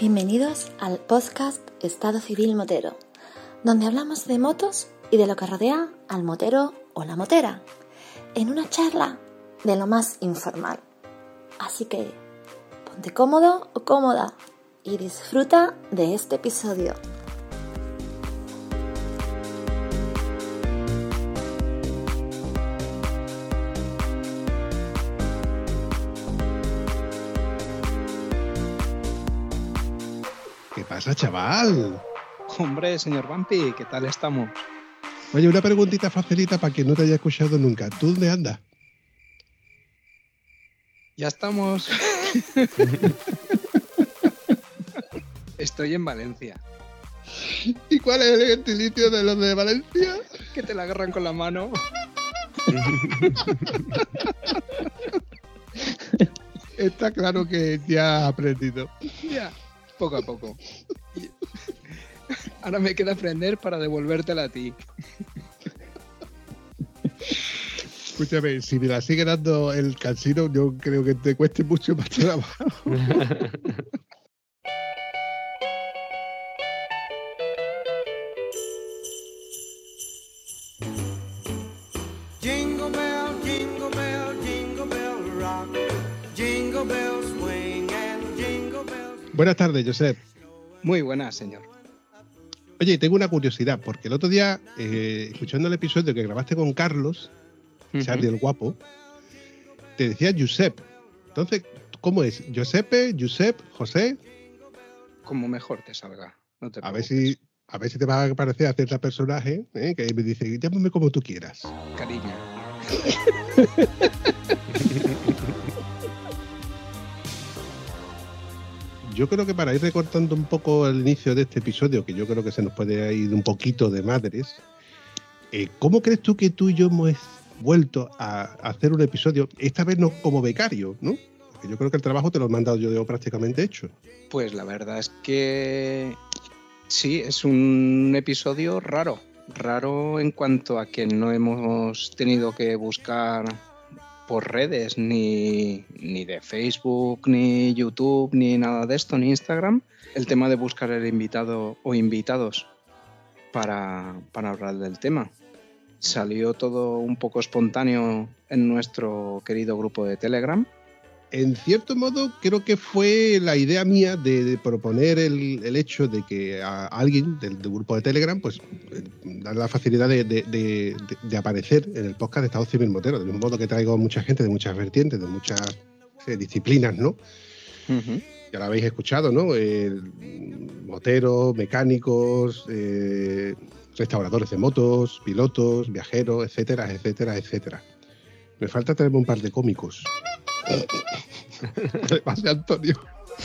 Bienvenidos al podcast Estado Civil Motero, donde hablamos de motos y de lo que rodea al motero o la motera, en una charla de lo más informal. Así que ponte cómodo o cómoda y disfruta de este episodio. ¿Qué pasa, chaval? Hombre, señor Vampi, ¿qué tal estamos? Oye, una preguntita facilita para quien no te haya escuchado nunca. ¿Tú dónde andas? Ya estamos. Estoy en Valencia. ¿Y cuál es el gentilicio de los de Valencia? Que te la agarran con la mano. Está claro que ya has aprendido. Ya, poco a poco. Ahora me queda aprender para devolvértela a ti. Escúchame, si me la sigue dando el cansino, yo creo que te cueste mucho más trabajo. Jingle bell, jingle bell, jingle bell rock. Jingle bells swing and jingle bells. Buenas tardes, Josep. Muy buena, señor. Oye, tengo una curiosidad, porque el otro día, escuchando el episodio que grabaste con Carlos, Charlie el Guapo, te decía Josep. Entonces, ¿cómo es? ¿Josepe, Josep, José? Como mejor te salga. No te preocupes. A ver si te va a parecer a cierto personaje, que me dice, llámame como tú quieras. Cariño. Yo creo que para ir recortando un poco el inicio de este episodio, que yo creo que se nos puede ir un poquito de madres, ¿cómo crees tú que tú y yo hemos vuelto a hacer un episodio, esta vez no como becario, ¿no? Porque yo creo que el trabajo te lo he mandado yo prácticamente hecho. Pues la verdad es que sí, es un episodio raro. Raro en cuanto a que no hemos tenido que buscar por redes, ni de Facebook, ni YouTube, ni nada de esto, ni Instagram, el tema de buscar el invitado o invitados para hablar del tema. Salió todo un poco espontáneo en nuestro querido grupo de Telegram. En cierto modo, creo que fue la idea mía de proponer el hecho de que a alguien del grupo de Telegram, pues, dar la facilidad de aparecer en el podcast de Estado Civil Motero, del mismo modo que traigo mucha gente de muchas vertientes, de muchas disciplinas, ¿no? Uh-huh. Ya lo habéis escuchado, ¿no? Moteros, mecánicos, restauradores de motos, pilotos, viajeros, etcétera, etcétera, etcétera. Me falta traerme un par de cómicos. Le pase a Antonio.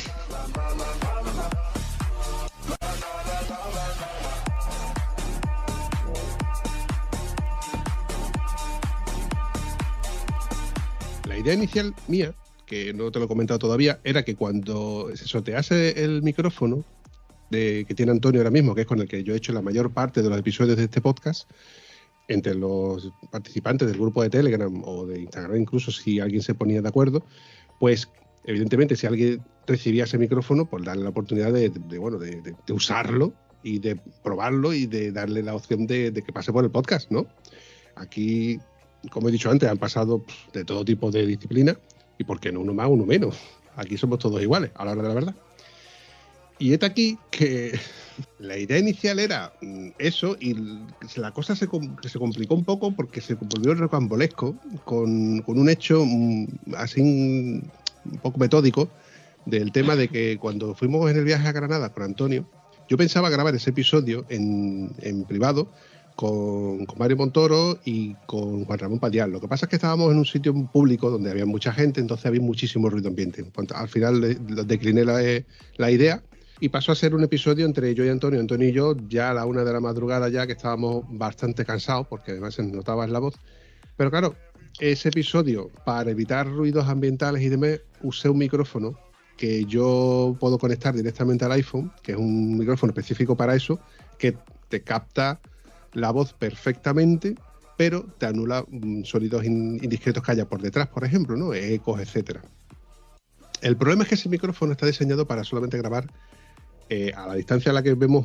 La idea inicial mía, que no te lo he comentado todavía, era que cuando se sortease el micrófono que tiene Antonio ahora mismo, que es con el que yo he hecho la mayor parte de los episodios de este podcast, entre los participantes del grupo de Telegram o de Instagram, incluso si alguien se ponía de acuerdo, pues evidentemente si alguien recibía ese micrófono, pues darle la oportunidad de usarlo y de probarlo y de darle la opción de que pase por el podcast, ¿no? Aquí, como he dicho antes, han pasado de todo tipo de disciplinas y por qué no uno más, uno menos. Aquí somos todos iguales, a la hora de la verdad. Y es aquí que la idea inicial era eso y la cosa se complicó un poco porque se volvió rocambolesco con un hecho así un poco metódico del tema de que cuando fuimos en el viaje a Granada con Antonio, yo pensaba grabar ese episodio en privado con Mario Montoro y con Juan Ramón Padial. Lo que pasa es que estábamos en un sitio público donde había mucha gente, entonces había muchísimo ruido ambiente. Al final decliné la idea. Y pasó a ser un episodio entre yo y Antonio y yo, ya a la 1 de la madrugada ya, que estábamos bastante cansados, porque además se notaba en la voz. Pero claro, ese episodio, para evitar ruidos ambientales y demás, usé un micrófono que yo puedo conectar directamente al iPhone, que es un micrófono específico para eso, que te capta la voz perfectamente, pero te anula sonidos indiscretos que haya por detrás, por ejemplo, ¿no? Ecos, etcétera. El problema es que ese micrófono está diseñado para solamente grabar a la distancia a la que vemos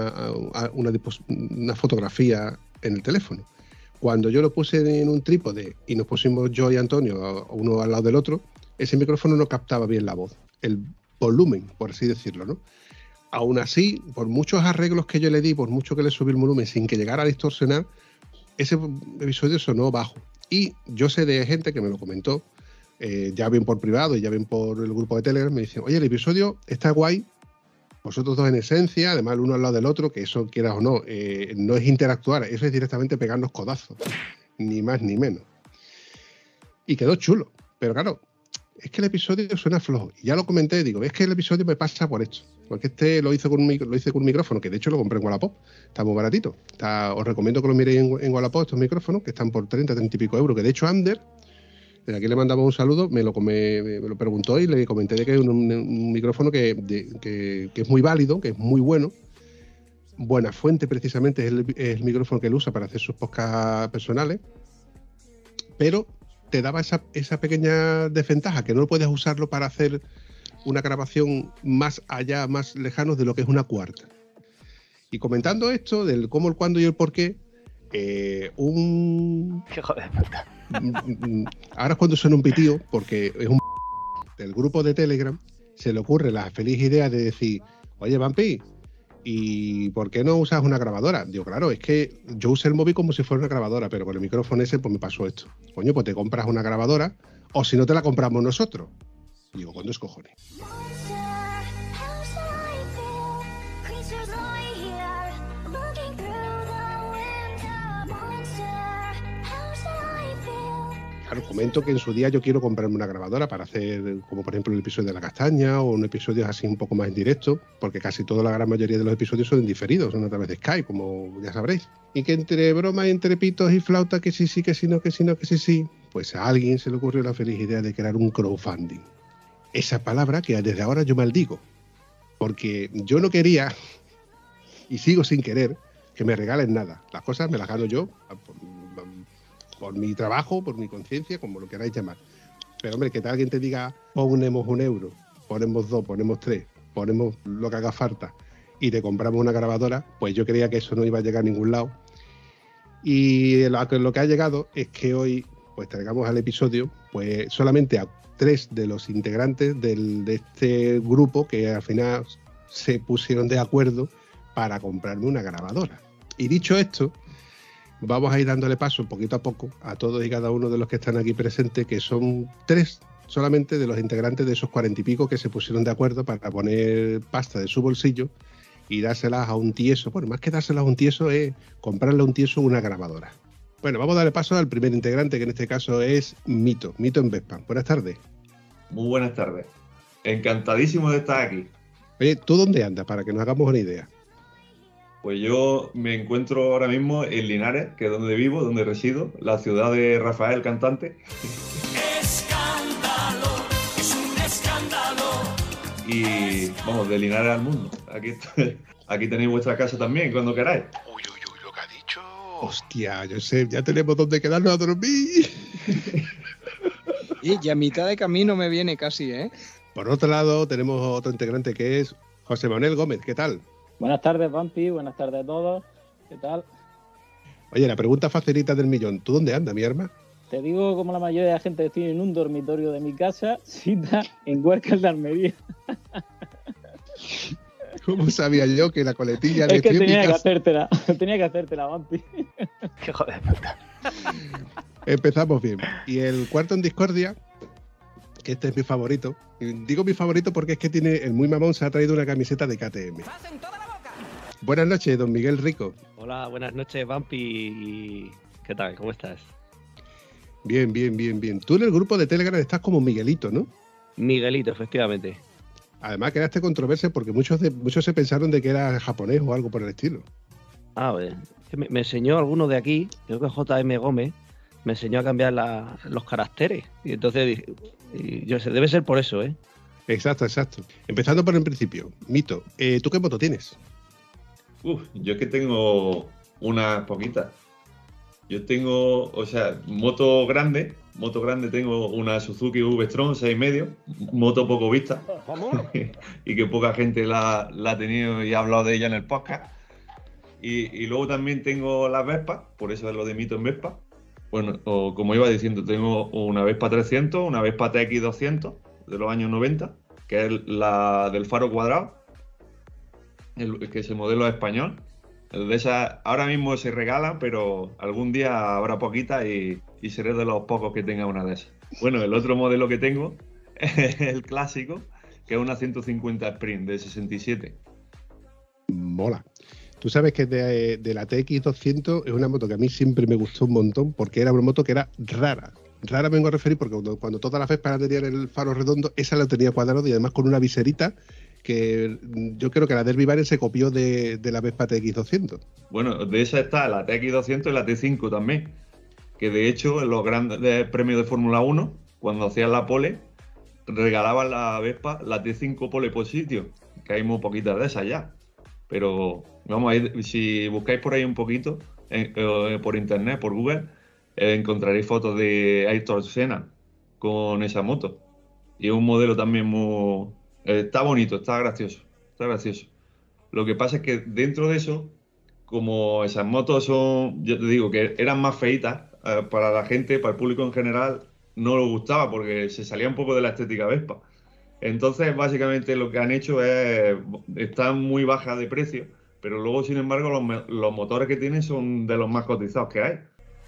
una fotografía en el teléfono. Cuando yo lo puse en un trípode y nos pusimos yo y Antonio uno al lado del otro, ese micrófono no captaba bien la voz, el volumen, por así decirlo, ¿no? Aún así, por muchos arreglos que yo le di, por mucho que le subí el volumen sin que llegara a distorsionar, ese episodio sonó bajo. Y yo sé de gente que me lo comentó, ya bien por privado y ya bien por el grupo de Telegram, me dicen, oye, el episodio está guay, vosotros dos en esencia, además el uno al lado del otro, que eso quieras o no, no es interactuar, eso es directamente pegarnos codazos, ni más ni menos. Y quedó chulo, pero claro, es que el episodio suena flojo. Y ya lo comenté, digo, es que el episodio me pasa por esto. Porque lo hice con un micrófono, que de hecho lo compré en Wallapop. Está muy baratito. Os recomiendo que lo miréis en Wallapop, estos micrófonos, que están por 30 y pico euros. Que de hecho Ander, desde aquí le mandamos un saludo, me lo preguntó y le comenté de que es un micrófono que es muy válido, que es muy bueno. Buena Fuente, precisamente, es el micrófono que él usa para hacer sus podcasts personales. Pero te daba esa pequeña desventaja, que no puedes usarlo para hacer una grabación más allá, más lejano de lo que es una cuarta. Y comentando esto, del cómo, el cuándo y el por qué, ¡Qué joder puta! Ahora es cuando suena un pitío, porque es un del grupo de Telegram, se le ocurre la feliz idea de decir, oye, Vampi, ¿y por qué no usas una grabadora? Digo, claro, es que yo usé el móvil como si fuera una grabadora, pero con el micrófono ese pues me pasó esto. Coño, pues te compras una grabadora, o si no te la compramos nosotros. Digo, con dos cojones. Claro, comento que en su día yo quiero comprarme una grabadora para hacer, como por ejemplo el episodio de La Castaña o un episodio así un poco más en directo, porque casi toda la gran mayoría de los episodios son diferidos, son a través de Skype, como ya sabréis. Y que entre bromas, entre pitos y flauta, que sí, que sí, no, que sí, no, que sí, sí, pues a alguien se le ocurrió la feliz idea de crear un crowdfunding. Esa palabra que desde ahora yo maldigo, porque yo no quería, y sigo sin querer, que me regalen nada. Las cosas me las gano yo, por mi trabajo, por mi conciencia, como lo queráis llamar. Pero hombre, que alguien te diga, ponemos 1 euro, ponemos 2, ponemos 3, ponemos lo que haga falta y te compramos una grabadora, pues yo creía que eso no iba a llegar a ningún lado. Y lo que ha llegado es que hoy pues traigamos al episodio pues solamente a 3 de los integrantes de este grupo que al final se pusieron de acuerdo para comprarme una grabadora. Y dicho esto, vamos a ir dándole paso poquito a poco a todos y cada uno de los que están aquí presentes, que son 3 solamente de los integrantes de esos 40 y pico que se pusieron de acuerdo para poner pasta de su bolsillo y dárselas a un tieso. Bueno, más que dárselas a un tieso es comprarle a un tieso una grabadora. Bueno, vamos a darle paso al primer integrante, que en este caso es Mito en Vespa. Buenas tardes. Muy buenas tardes. Encantadísimo de estar aquí. Oye, ¿tú dónde andas? Para que nos hagamos una idea. Pues yo me encuentro ahora mismo en Linares, que es donde vivo, donde resido, la ciudad de Rafael, cantante. Escándalo, es un escándalo. Y vamos, de Linares al mundo. Aquí tenéis vuestra casa también, cuando queráis. Uy, lo que ha dicho. Hostia, yo sé, ya tenemos donde quedarnos a dormir. Y a mitad de camino me viene casi, ¿eh? Por otro lado, tenemos otro integrante que es José Manuel Gómez. ¿Qué tal? Buenas tardes, Vampi. Buenas tardes a todos. ¿Qué tal? Oye, la pregunta facilita del millón. ¿Tú dónde andas, mi arma? Te digo, como la mayoría de la gente, estoy en un dormitorio de mi casa, cita en Huercas de Almería. ¿Cómo sabía yo que la coletilla de Es que tenía que hacértela, Vampi. ¡Qué joder puta! Empezamos bien. Y el cuarto en discordia, que este es mi favorito. Y digo mi favorito porque es que tiene el muy mamón, se ha traído una camiseta de KTM. Buenas noches, don Miguel Rico. Hola, buenas noches, Vampi. ¿Qué tal? ¿Cómo estás? Bien. Tú en el grupo de Telegram estás como Miguelito, ¿no? Miguelito, efectivamente. Además, creaste controversia porque muchos se pensaron de que era japonés o algo por el estilo. Ah, pues, me enseñó alguno de aquí, creo que JM Gómez, me enseñó a cambiar los caracteres. Y entonces dije, yo sé, debe ser por eso, ¿eh? Exacto. Empezando por el principio. Mito, ¿tú qué moto tienes? Yo es que tengo unas poquitas. Yo tengo, moto grande, moto grande tengo una Suzuki V-Strom 6,5, moto poco vista y que poca gente la ha tenido y ha hablado de ella en el podcast. Y luego también tengo las Vespas, por eso es lo de mito en Vespa. Bueno, o como iba diciendo, tengo una Vespa 300, una Vespa TX 200 de los años 90, que es la del faro cuadrado, que ese modelo es español. De esas ahora mismo se regalan, pero algún día habrá poquitas y seré de los pocos que tenga una de esas. Bueno, el otro modelo que tengo es el clásico, que es una 150 Sprint de 67. Mola. Tú sabes que de la TX 200 es una moto que a mí siempre me gustó un montón porque era una moto que era rara. Rara me vengo a referir porque cuando todas las Vespas tenían el faro redondo, esa la tenía cuadrado y además con una viserita que yo creo que la Derby Variant se copió de la Vespa TX 200. Bueno, de esa está la TX 200 y la T5 también, que de hecho en los grandes premios de Fórmula 1, cuando hacían la pole, regalaban la Vespa, la T5 pole position, que hay muy poquitas de esas ya. Pero vamos, si buscáis por ahí un poquito, por internet, por Google, encontraréis fotos de Ayrton Senna con esa moto. Y es un modelo también muy... Está bonito, está gracioso. Lo que pasa es que dentro de eso, como esas motos son, yo te digo, que eran más feitas, para la gente, para el público en general, no les gustaba porque se salía un poco de la estética Vespa. Entonces, básicamente lo que han hecho es, están muy bajas de precio, pero luego, sin embargo, los motores que tienen son de los más cotizados que hay.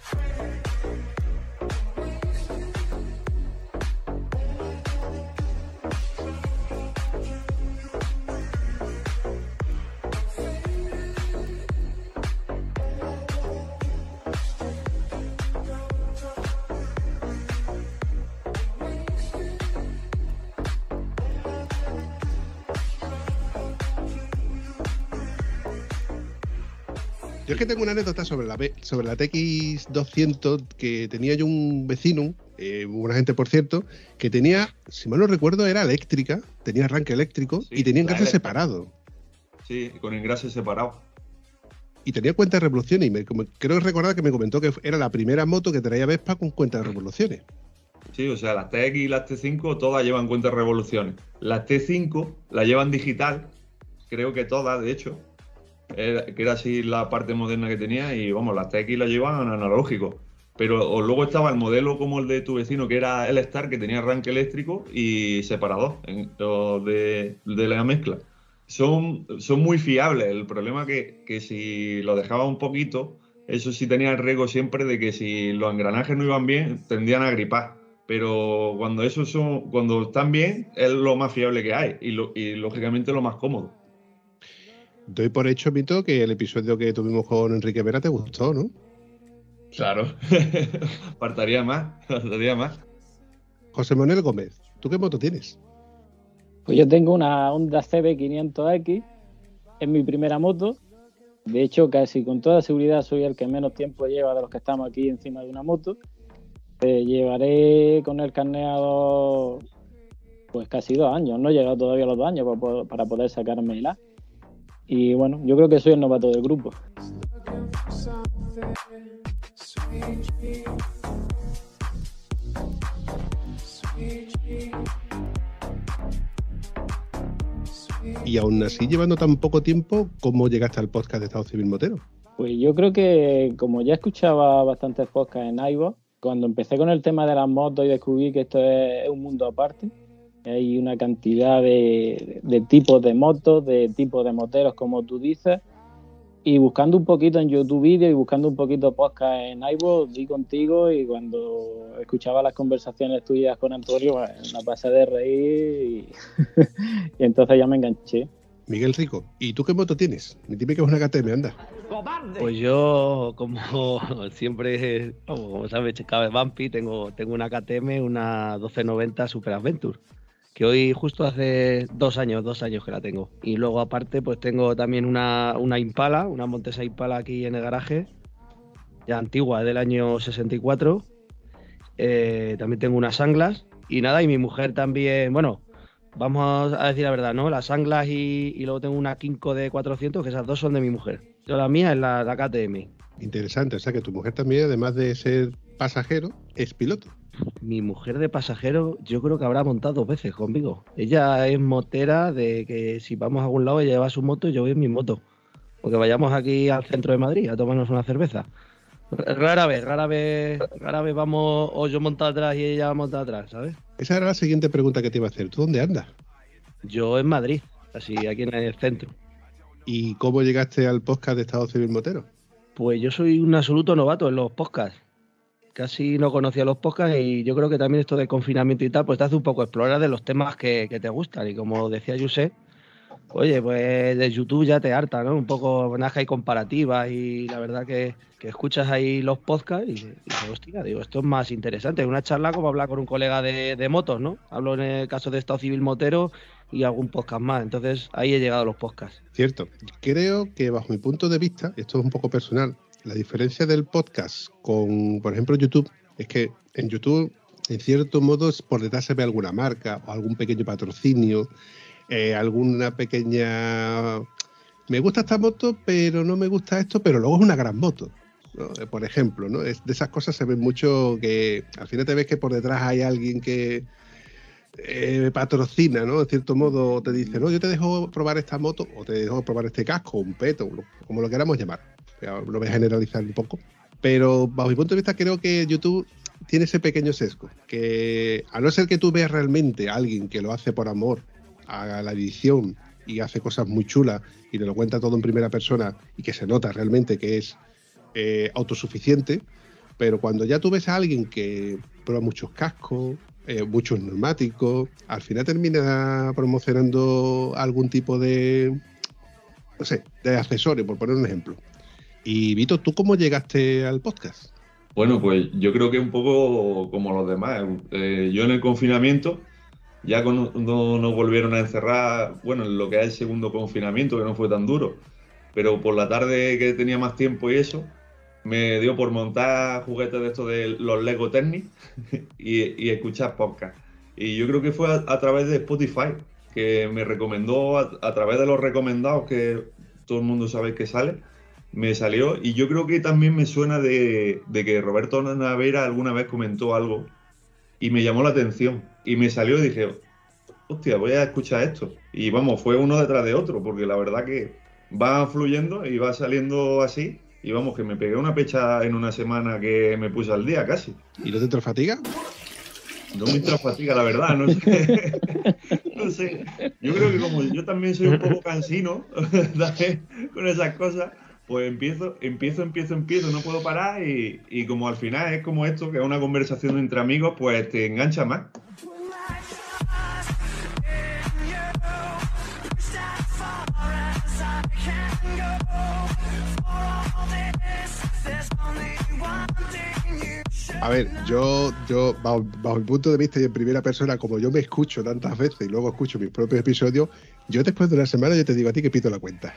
Yo es que tengo una anécdota sobre la TX 200 que tenía yo un vecino, una gente por cierto, que tenía, si mal no recuerdo, era eléctrica, tenía arranque eléctrico y tenía engrase separado. Sí, con engrase separado. Y tenía cuenta de revoluciones y creo recordar que me comentó que era la primera moto que traía Vespa con cuenta de revoluciones. Sí, o sea, las TX y las T5 todas llevan cuenta de revoluciones. Las T5 la llevan digital, creo que todas, de hecho. Que era así la parte moderna que tenía y vamos, las TX la llevan analógico, pero luego estaba el modelo como el de tu vecino que era el Star, que tenía arranque eléctrico y separador de la mezcla. Son muy fiables. El problema que si lo dejaba un poquito, eso sí tenía el riesgo siempre de que si los engranajes no iban bien tendían a gripar, pero cuando están bien es lo más fiable que hay y lógicamente lo más cómodo. Doy por hecho, Mito, que el episodio que tuvimos con Enrique Vera te gustó, ¿no? Claro. Faltaría más. José Manuel Gómez, ¿tú qué moto tienes? Pues yo tengo una Honda CB500X, es mi primera moto. De hecho, casi con toda seguridad soy el que menos tiempo lleva de los que estamos aquí encima de una moto. Llevaré con el carneado pues casi 2 años, no he llegado todavía a los 2 años para poder sacármela. Y bueno, yo creo que soy el novato del grupo. Y aún así, llevando tan poco tiempo, ¿cómo llegaste al podcast de Estado Civil Motero? Pues yo creo que como ya escuchaba bastantes podcasts en iVoox, cuando empecé con el tema de las motos y descubrí que esto es un mundo aparte, hay una cantidad de tipos de motos, de tipos de moteros, como tú dices, y buscando un poquito en YouTube vídeo y buscando un poquito podcast en iVoox, di contigo y cuando escuchaba las conversaciones tuyas con Antonio, pues, me pasé de reír y entonces ya me enganché. Miguel Rico, ¿y tú qué moto tienes? Dime que es una KTM, anda. Pues yo, como siempre, como sabes, Cabe Bumpy, tengo una KTM, una 1290 Super Adventure, que hoy justo hace 2 años que la tengo. Y luego aparte pues tengo también una Impala, una Montesa Impala aquí en el garaje, ya antigua, del año 64. También tengo unas Anglas y nada, y mi mujer también, bueno, vamos a decir la verdad, ¿no? Las Anglas y luego tengo una Kinko de 400, que esas dos son de mi mujer. Yo la mía es la KTM. Interesante, o sea que tu mujer también, además de ser pasajero, es piloto. Mi mujer de pasajero, yo creo que habrá montado 2 veces conmigo. Ella es motera de que si vamos a algún lado, ella lleva su moto y yo voy en mi moto. Porque vayamos aquí al centro de Madrid a tomarnos una cerveza. Rara vez vamos o yo monto atrás y ella monta atrás, ¿sabes? Esa era la siguiente pregunta que te iba a hacer. ¿Tú dónde andas? Yo en Madrid, así aquí en el centro. ¿Y cómo llegaste al podcast de Estado Civil Motero? Pues yo soy un absoluto novato en los podcasts. Casi no conocía los podcasts y yo creo que también esto de confinamiento y tal, pues te hace un poco explorar de los temas que te gustan. Y como decía Josep, oye, pues de YouTube ya te harta, ¿no? Un poco naja y comparativa y la verdad que escuchas ahí los podcasts y dices, hostia, digo, esto es más interesante. Es una charla como hablar con un colega de motos, ¿no? Hablo en el caso de Estado Civil Motero y algún podcast más. Entonces ahí he llegado a los podcasts. Cierto. Creo que bajo mi punto de vista, esto es un poco personal, la diferencia del podcast con, por ejemplo, YouTube, es que en YouTube, en cierto modo, por detrás se ve alguna marca o algún pequeño patrocinio, alguna pequeña... Me gusta esta moto, pero no me gusta esto, pero luego es una gran moto, ¿no? Por ejemplo, ¿no? De esas cosas se ven mucho que al final te ves que por detrás hay alguien que patrocina, ¿no? En cierto modo te dice, no, yo te dejo probar esta moto o te dejo probar este casco, un peto, como lo queramos llamar. Lo voy a generalizar un poco. Pero bajo mi punto de vista creo que YouTube tiene ese pequeño sesgo, que a no ser que tú veas realmente a alguien que lo hace por amor a la edición y hace cosas muy chulas y te lo cuenta todo en primera persona y que se nota realmente que es autosuficiente, pero cuando ya tú ves a alguien que prueba muchos cascos, muchos neumáticos, al final termina promocionando algún tipo de, no sé, de accesorio, por poner un ejemplo. Y Vito, ¿tú cómo llegaste al podcast? Bueno, pues yo creo que un poco como los demás. Yo en el confinamiento, ya cuando nos volvieron a encerrar, bueno, en lo que es el segundo confinamiento, que no fue tan duro, pero por la tarde que tenía más tiempo y eso, me dio por montar juguetes de estos de los Lego Technic y escuchar podcast. Y yo creo que fue a través de Spotify, que me recomendó a través de los recomendados que todo el mundo sabe que sale. Me salió y yo creo que también me suena de que Roberto Navera alguna vez comentó algo y me llamó la atención y me salió y dije, hostia, voy a escuchar esto. Y vamos, fue uno detrás de otro, porque la verdad que va fluyendo y va saliendo así y vamos, que me pegué una pecha en una semana que me puse al día casi. ¿Y no te entró fatiga? No me entró fatiga, la verdad, no sé. No sé. Yo creo que como yo también soy un poco cansino con esas cosas, pues empiezo, no puedo parar y como al final es como esto, que es una conversación entre amigos, pues te engancha más. A ver, yo bajo mi punto de vista y en primera persona, como yo me escucho tantas veces y luego escucho mis propios episodios, yo después de una semana yo te digo a ti que pito la cuenta.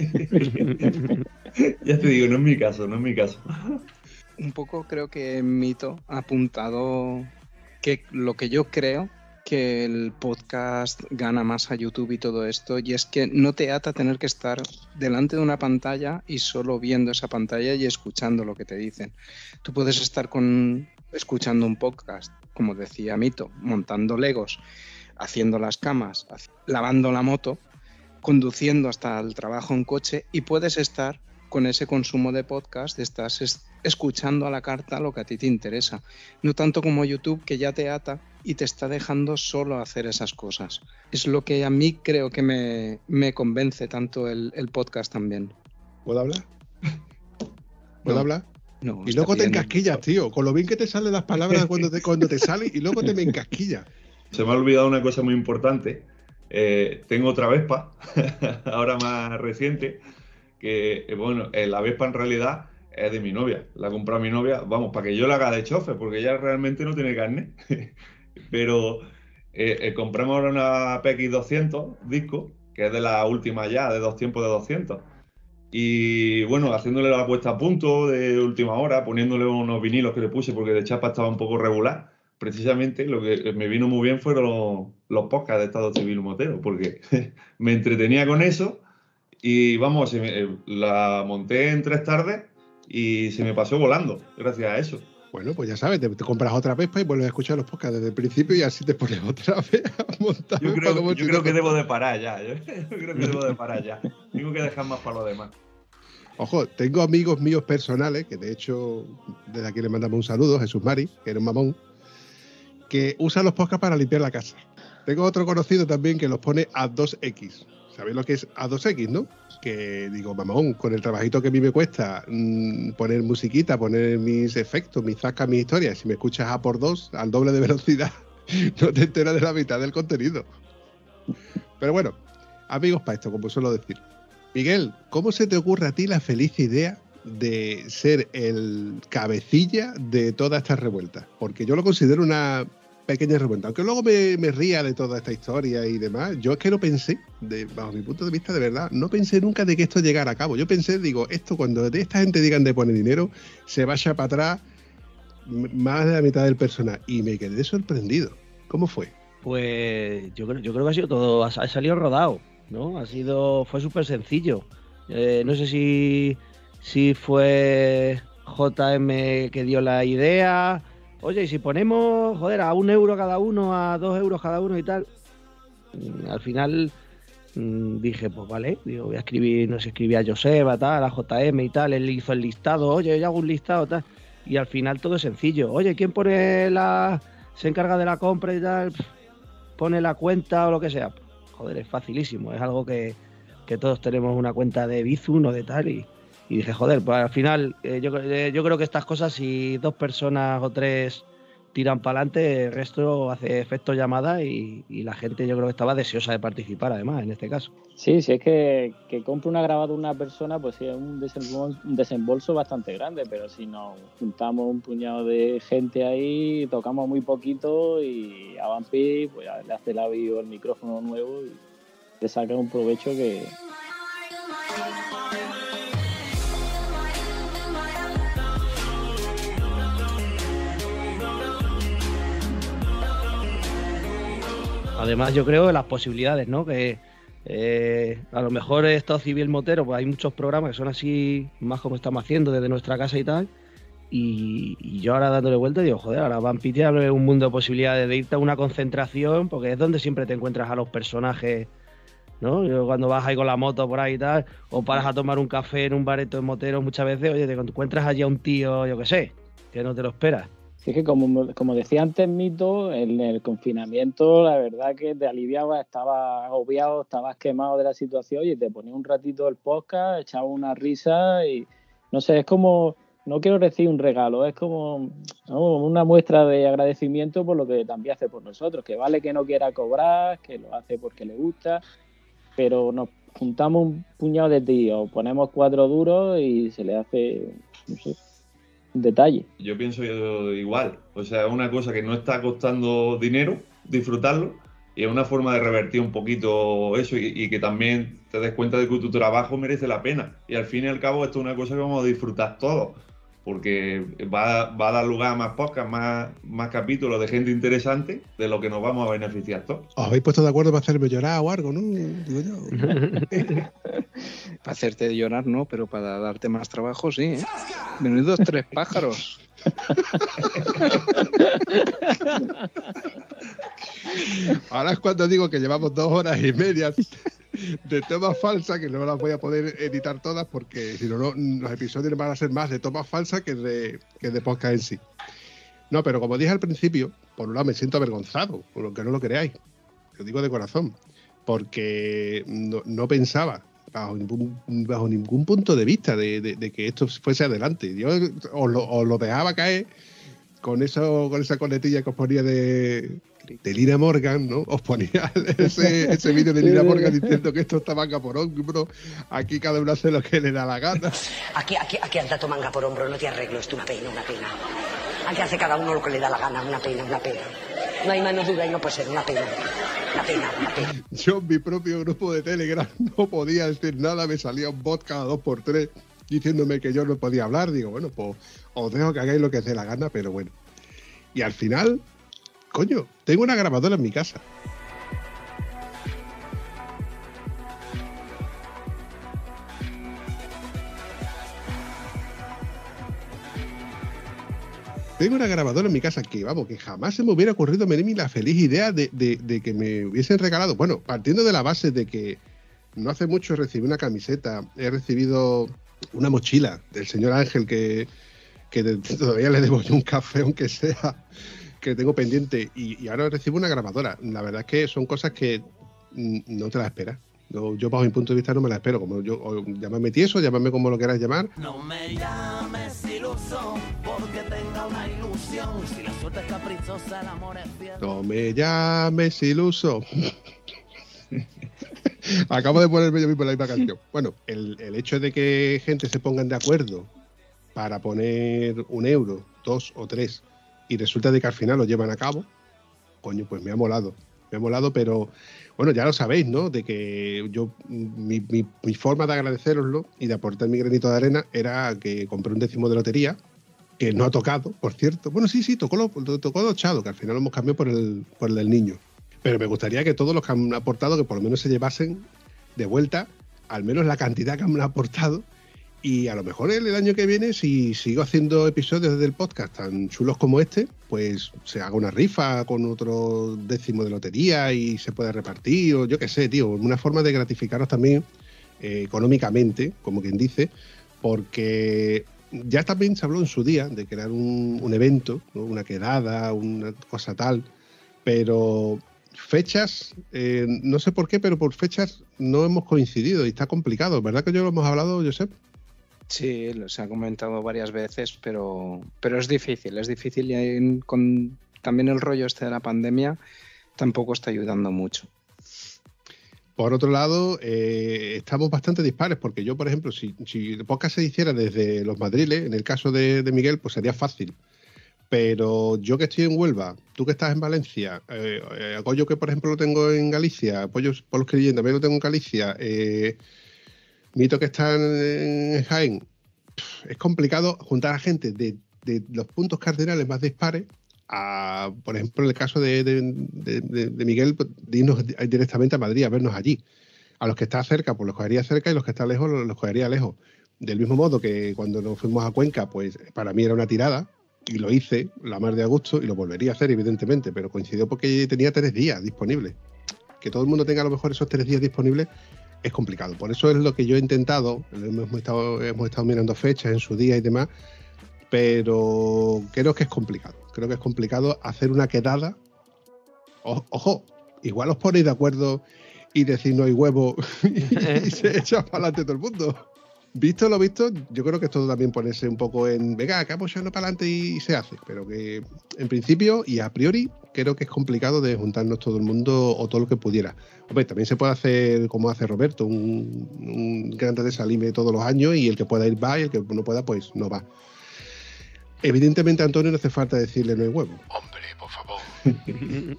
Ya te digo, no es mi caso. Un poco creo que Mito ha apuntado que lo que yo creo que el podcast gana más a YouTube y todo esto, y es que no te ata tener que estar delante de una pantalla y solo viendo esa pantalla y escuchando lo que te dicen. Tú puedes estar escuchando un podcast, como decía Mito, montando Legos, haciendo las camas, lavando la moto, conduciendo hasta el trabajo en coche, y puedes estar con ese consumo de podcast, estás escuchando a la carta lo que a ti te interesa. No tanto como YouTube, que ya te ata y te está dejando solo hacer esas cosas. Es lo que a mí creo que me convence tanto el podcast también. ¿Puedo hablar? ¿Puedo hablar? No, y luego te encasquillas, tío. Con lo bien que te salen las palabras cuando te salen y luego te me encasquillas. Se me ha olvidado una cosa muy importante. Tengo otra Vespa, ahora más reciente, que, bueno, la Vespa en realidad es de mi novia. La compró mi novia, vamos, para que yo la haga de chofer, porque ella realmente no tiene carne. Pero compramos ahora una PX200 disco, que es de la última ya, de 2 tiempos de 200. Y bueno, haciéndole la puesta a punto de última hora, poniéndole unos vinilos que le puse porque de chapa estaba un poco regular. Precisamente lo que me vino muy bien fueron los podcasts de Estado Civil Motero, porque me entretenía con eso y vamos, la monté en 3 tardes y se me pasó volando gracias a eso. Bueno, pues ya sabes, te compras otra Vespa y vuelves a escuchar los podcasts desde el principio y así te pones otra vez a montar. Yo creo que debo de parar ya. Yo creo que debo de parar ya. Tengo que dejar más para lo demás. Ojo, tengo amigos míos personales, que de hecho desde aquí le mandamos un saludo, Jesús Mari, que era un mamón, que usan los podcasts para limpiar la casa. Tengo otro conocido también que los pone a 2X. ¿Sabéis lo que es a 2X, no? Que digo, mamón, con el trabajito que a mí me cuesta poner musiquita, poner mis efectos, mis zascas, mis historias, si me escuchas a por 2, al doble de velocidad, no te enteras de la mitad del contenido. Pero bueno, amigos para esto, como suelo decir. Miguel, ¿cómo se te ocurre a ti la feliz idea de ser el cabecilla de toda esta revuelta? Porque yo lo considero una pequeña revuelta. Aunque luego me ría de toda esta historia y demás, yo es que no pensé, bajo mi punto de vista, de verdad, no pensé nunca de que esto llegara a cabo. Yo pensé, digo, esto cuando esta gente digan de poner dinero, se vaya para atrás más de la mitad del personal. Y me quedé sorprendido. ¿Cómo fue? Pues yo creo que ha sido todo, ha salido rodado, ¿no? Fue súper sencillo. No sé si fue JM que dio la idea. Oye, y si ponemos, joder, a 1 euro cada uno, a 2 euros cada uno y tal. Al final dije, pues vale, digo, voy a escribir, no sé, escribí a Joseba, tal, a JM y tal, él hizo el listado, oye, yo hago un listado, tal. Y al final todo es sencillo. Oye, ¿quién se encarga de la compra y tal? Pone la cuenta o lo que sea. Joder, es facilísimo, es algo que todos tenemos una cuenta de Bizum o de tal y dije, joder, pues al final yo creo que estas cosas, si 2 personas o 3 tiran para adelante, el resto hace efecto llamada y la gente yo creo que estaba deseosa de participar además en este caso. Sí, si es que compre una grabadora una persona, pues sí es un desembolso bastante grande, pero si nos juntamos un puñado de gente ahí, tocamos muy poquito y a Vampi pues ya le hace el micrófono nuevo y le saca un provecho que... Además yo creo en las posibilidades, ¿no? Que a lo mejor esto civil motero, pues hay muchos programas que son así, más como estamos haciendo desde nuestra casa y tal, y yo ahora dándole vuelta digo, joder, ahora Vampi te abre un mundo de posibilidades de irte a una concentración, porque es donde siempre te encuentras a los personajes, ¿no? Yo cuando vas ahí con la moto por ahí y tal, o paras a tomar un café en un bareto de moteros muchas veces, oye, te encuentras allí a un tío, yo qué sé, que no te lo esperas. Sí, es que como decía antes Mito, en el confinamiento la verdad que te aliviaba, estabas agobiado, estabas quemado de la situación y te ponías un ratito el podcast, echabas una risa y no sé, es como, no quiero decir un regalo, es como, ¿no?, una muestra de agradecimiento por lo que también hace por nosotros, que vale que no quiera cobrar, que lo hace porque le gusta, pero nos juntamos un puñado de tíos, ponemos 4 duros y se le hace, no sé, un detalle. Yo pienso igual, o sea, es una cosa que no está costando dinero disfrutarlo y es una forma de revertir un poquito eso y que también te des cuenta de que tu trabajo merece la pena y al fin y al cabo esto es una cosa que vamos a disfrutar todos porque va a dar lugar a más podcasts, más capítulos de gente interesante de lo que nos vamos a beneficiar todos. ¿Os habéis puesto de acuerdo para hacerme llorar o algo, no? Digo yo. Para hacerte llorar no, pero para darte más trabajo sí, ¿eh? Menudos 3 pájaros. Ahora es cuando digo que llevamos 2 horas y media de tomas falsas, que no las voy a poder editar todas porque si no, los episodios van a ser más de tomas falsas que de podcast en sí. No, pero como dije al principio, por un lado me siento avergonzado, por lo que no lo creáis, lo digo de corazón, porque no pensaba bajo ningún punto de vista de que esto fuese adelante. Yo os lo dejaba caer con esa coletilla que os ponía de Lina Morgan, ¿no? Os ponía ese vídeo de Lina Morgan diciendo que esto está manga por hombro, aquí cada uno hace lo que le da la gana. Aquí anda tu manga por hombro, no te arreglo, es una pena. Aquí hace cada uno lo que le da la gana, una pena. No hay mano dura y no puede ser, una pena. Yo en mi propio grupo de Telegram no podía decir nada, me salía un bot cada 2x3 diciéndome que yo no podía hablar. Digo, bueno, pues os dejo que hagáis lo que os dé la gana, pero bueno. Y al final, coño, tengo una grabadora en mi casa. Tengo una grabadora en mi casa que, vamos, que jamás se me hubiera ocurrido ni la feliz idea de que me hubiesen regalado. Bueno, partiendo de la base de que no hace mucho recibí una camiseta, he recibido una mochila del señor Ángel que todavía le debo yo un café, aunque sea, que tengo pendiente, y ahora recibo una grabadora. La verdad es que son cosas que no te las esperas. No, yo, bajo mi punto de vista, no me las espero. Como yo, o llámame tieso, llámame como lo quieras llamar. No me llames iluso, porque tenga una ilusión. Si la suerte es caprichosa, el amor es fiel. No me llames iluso. Acabo de ponerme yo mismo la misma canción. Bueno, el hecho de que gente se pongan de acuerdo para poner 1 euro, 2 o 3, y resulta de que al final lo llevan a cabo, coño, pues me ha molado. Me ha molado, pero bueno, ya lo sabéis, ¿no? De que yo, mi forma de agradeceroslo y de aportar mi granito de arena era que compré un 10º de lotería, que no ha tocado, por cierto. Bueno, sí, tocó los Chado, que al final lo hemos cambiado por el del niño. Pero me gustaría que todos los que han aportado, que por lo menos se llevasen de vuelta, al menos la cantidad que han aportado. Y a lo mejor el año que viene, si sigo haciendo episodios del podcast tan chulos como este, pues se haga una rifa con otro 10º de lotería y se pueda repartir, o yo qué sé, tío, una forma de gratificaros también económicamente, como quien dice, porque ya también se habló en su día de crear un evento, ¿no? Una quedada, una cosa tal, pero fechas, no sé por qué, pero por fechas no hemos coincidido y está complicado, ¿verdad que yo lo hemos hablado, Josep? Sí, se ha comentado varias veces, pero es difícil y con también el rollo este de la pandemia tampoco está ayudando mucho. Por otro lado, estamos bastante dispares, porque yo, por ejemplo, si el podcast se hiciera desde Los Madriles, en el caso de Miguel, pues sería fácil. Pero yo que estoy en Huelva, tú que estás en Valencia, Goyo que, por ejemplo, lo tengo en Galicia, Pollos por los Creyentes también lo tengo en Galicia, Mito que está en Jaén, es complicado juntar a gente de los puntos cardinales más dispares a, por ejemplo, en el caso de Miguel, de irnos directamente a Madrid a vernos allí. A los que están cerca, pues los cogería cerca, y los que están lejos, los cogería lejos. Del mismo modo que cuando nos fuimos a Cuenca, pues para mí era una tirada, y lo hice la mar de agosto, y lo volvería a hacer, evidentemente, pero coincidió porque tenía 3 días disponibles. Que todo el mundo tenga a lo mejor esos 3 días disponibles es complicado. Por eso es lo que yo he intentado. Hemos estado mirando fechas en su día y demás, pero creo que es complicado. Creo que es complicado hacer una quedada. Ojo, igual os ponéis de acuerdo y decís no hay huevo y se echa para adelante todo el mundo. Visto lo visto, yo creo que es todo también ponerse un poco en venga, acabamos echando para adelante y se hace, pero que en principio y a priori creo que es complicado de juntarnos todo el mundo o todo lo que pudiera. Hombre, también se puede hacer como hace Roberto, un grande de Salime todos los años, y el que pueda ir va y el que no pueda pues no va. Evidentemente a Antonio no hace falta decirle no hay huevo. Hombre, por favor.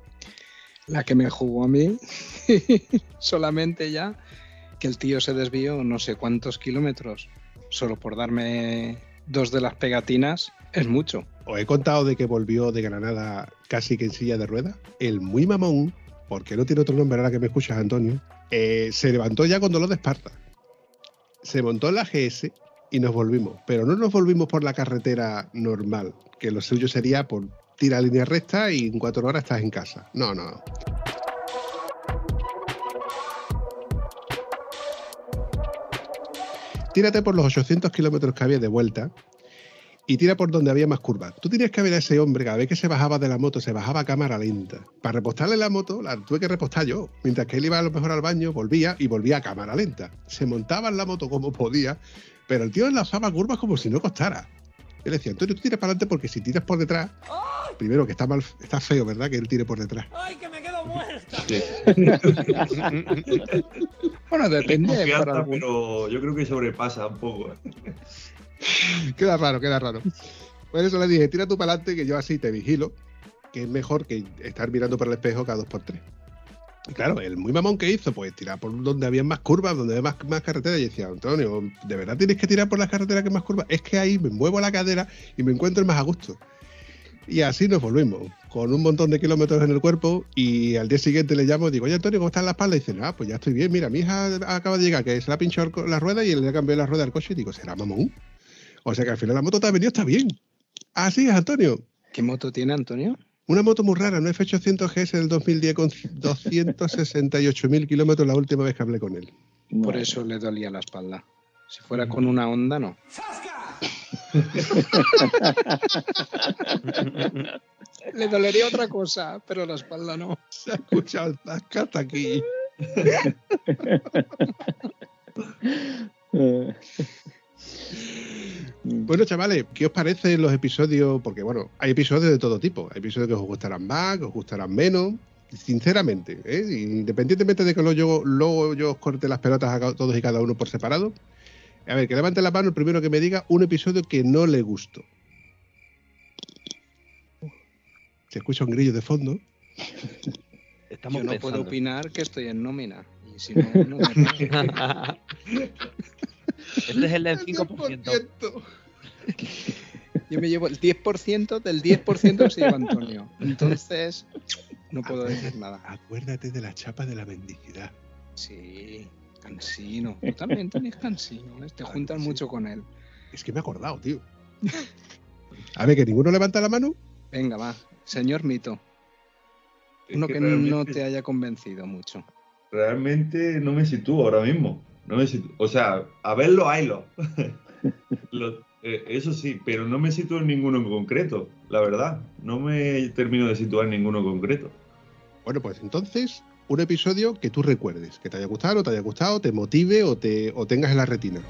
La que me jugó a mí solamente ya que el tío se desvió no sé cuántos kilómetros solo por darme 2 de las pegatinas es mucho. Os he contado de que volvió de Granada casi que en silla de ruedas. El muy mamón, porque no tiene otro nombre ahora que me escuchas, Antonio, se levantó ya con dolor de espalda. Se montó en la GS y nos volvimos. Pero no nos volvimos por la carretera normal, que lo suyo sería por tirar línea recta y en 4 horas estás en casa. No. Tírate por los 800 kilómetros que había de vuelta y tira por donde había más curvas. Tú tenías que ver a ese hombre, cada vez que se bajaba de la moto, se bajaba a cámara lenta. Para repostarle la moto, la tuve que repostar yo. Mientras que él iba a lo mejor al baño, volvía a cámara lenta. Se montaba en la moto como podía, pero el tío enlazaba curvas como si no costara. Yo le decía, Antonio, tú tiras para adelante, porque si tiras por detrás, primero que está feo, ¿verdad? Que él tire por detrás. ¡Ay, que me quedo muerta! Bueno, depende. Pero yo creo que sobrepasa un poco. Queda raro. Por eso le dije, tira tú para adelante, que yo así te vigilo, que es mejor que estar mirando por el espejo cada 2x3. Y claro, el muy mamón que hizo, pues tirar por donde había más curvas, donde había más carreteras. Y decía, Antonio, ¿de verdad tienes que tirar por las carreteras que hay más curvas? Es que ahí me muevo la cadera y me encuentro más a gusto. Y así nos volvimos, con un montón de kilómetros en el cuerpo, y al día siguiente le llamo y digo, oye, Antonio, ¿cómo está en la espalda? Y dice, pues ya estoy bien, mira, mi hija acaba de llegar, que se le ha pinchado la rueda y le ha cambiado la rueda al coche, y digo, ¿será mamón? O sea que al final la moto te ha venido, está bien. Ah, sí, es Antonio. ¿Qué moto tiene Antonio? Una moto muy rara, una F800 GS del 2010 con 268.000 kilómetros la última vez que hablé con él. Por eso le dolía la espalda. Si fuera con una Honda, no. Le dolería otra cosa, pero la espalda no. Se ha escuchado el zasca hasta aquí. Bueno, chavales, ¿qué os parecen los episodios? Porque, bueno, hay episodios de todo tipo. Hay episodios que os gustarán más, que os gustarán menos. Sinceramente, independientemente de que luego yo os corte las pelotas a todos y cada uno por separado. A ver, que levante la mano el primero que me diga un episodio que no le gustó. Se escucha un grillo de fondo. Yo no puedo opinar que estoy en nómina. Y si no, no me pago. Este es el del 5%. Yo me llevo el 10%, del 10% se lleva Antonio. Entonces, no puedo decir nada. Acuérdate de la chapa de la mendicidad. Sí, cansino. Tú también tienes cansino, ¿eh? Te juntas mucho con él. Es que me he acordado, tío. A ver, que ninguno levanta la mano. Venga, va. Señor Mito. Uno que no te haya convencido mucho. Realmente no me sitúo ahora mismo. O sea, a verlo, haylo. Eso sí, pero no me sitúo en ninguno en concreto, la verdad. No me termino de situar en ninguno en concreto. Bueno, pues entonces, un episodio que tú recuerdes, que te haya gustado, no te haya gustado, te motive o tengas en la retina.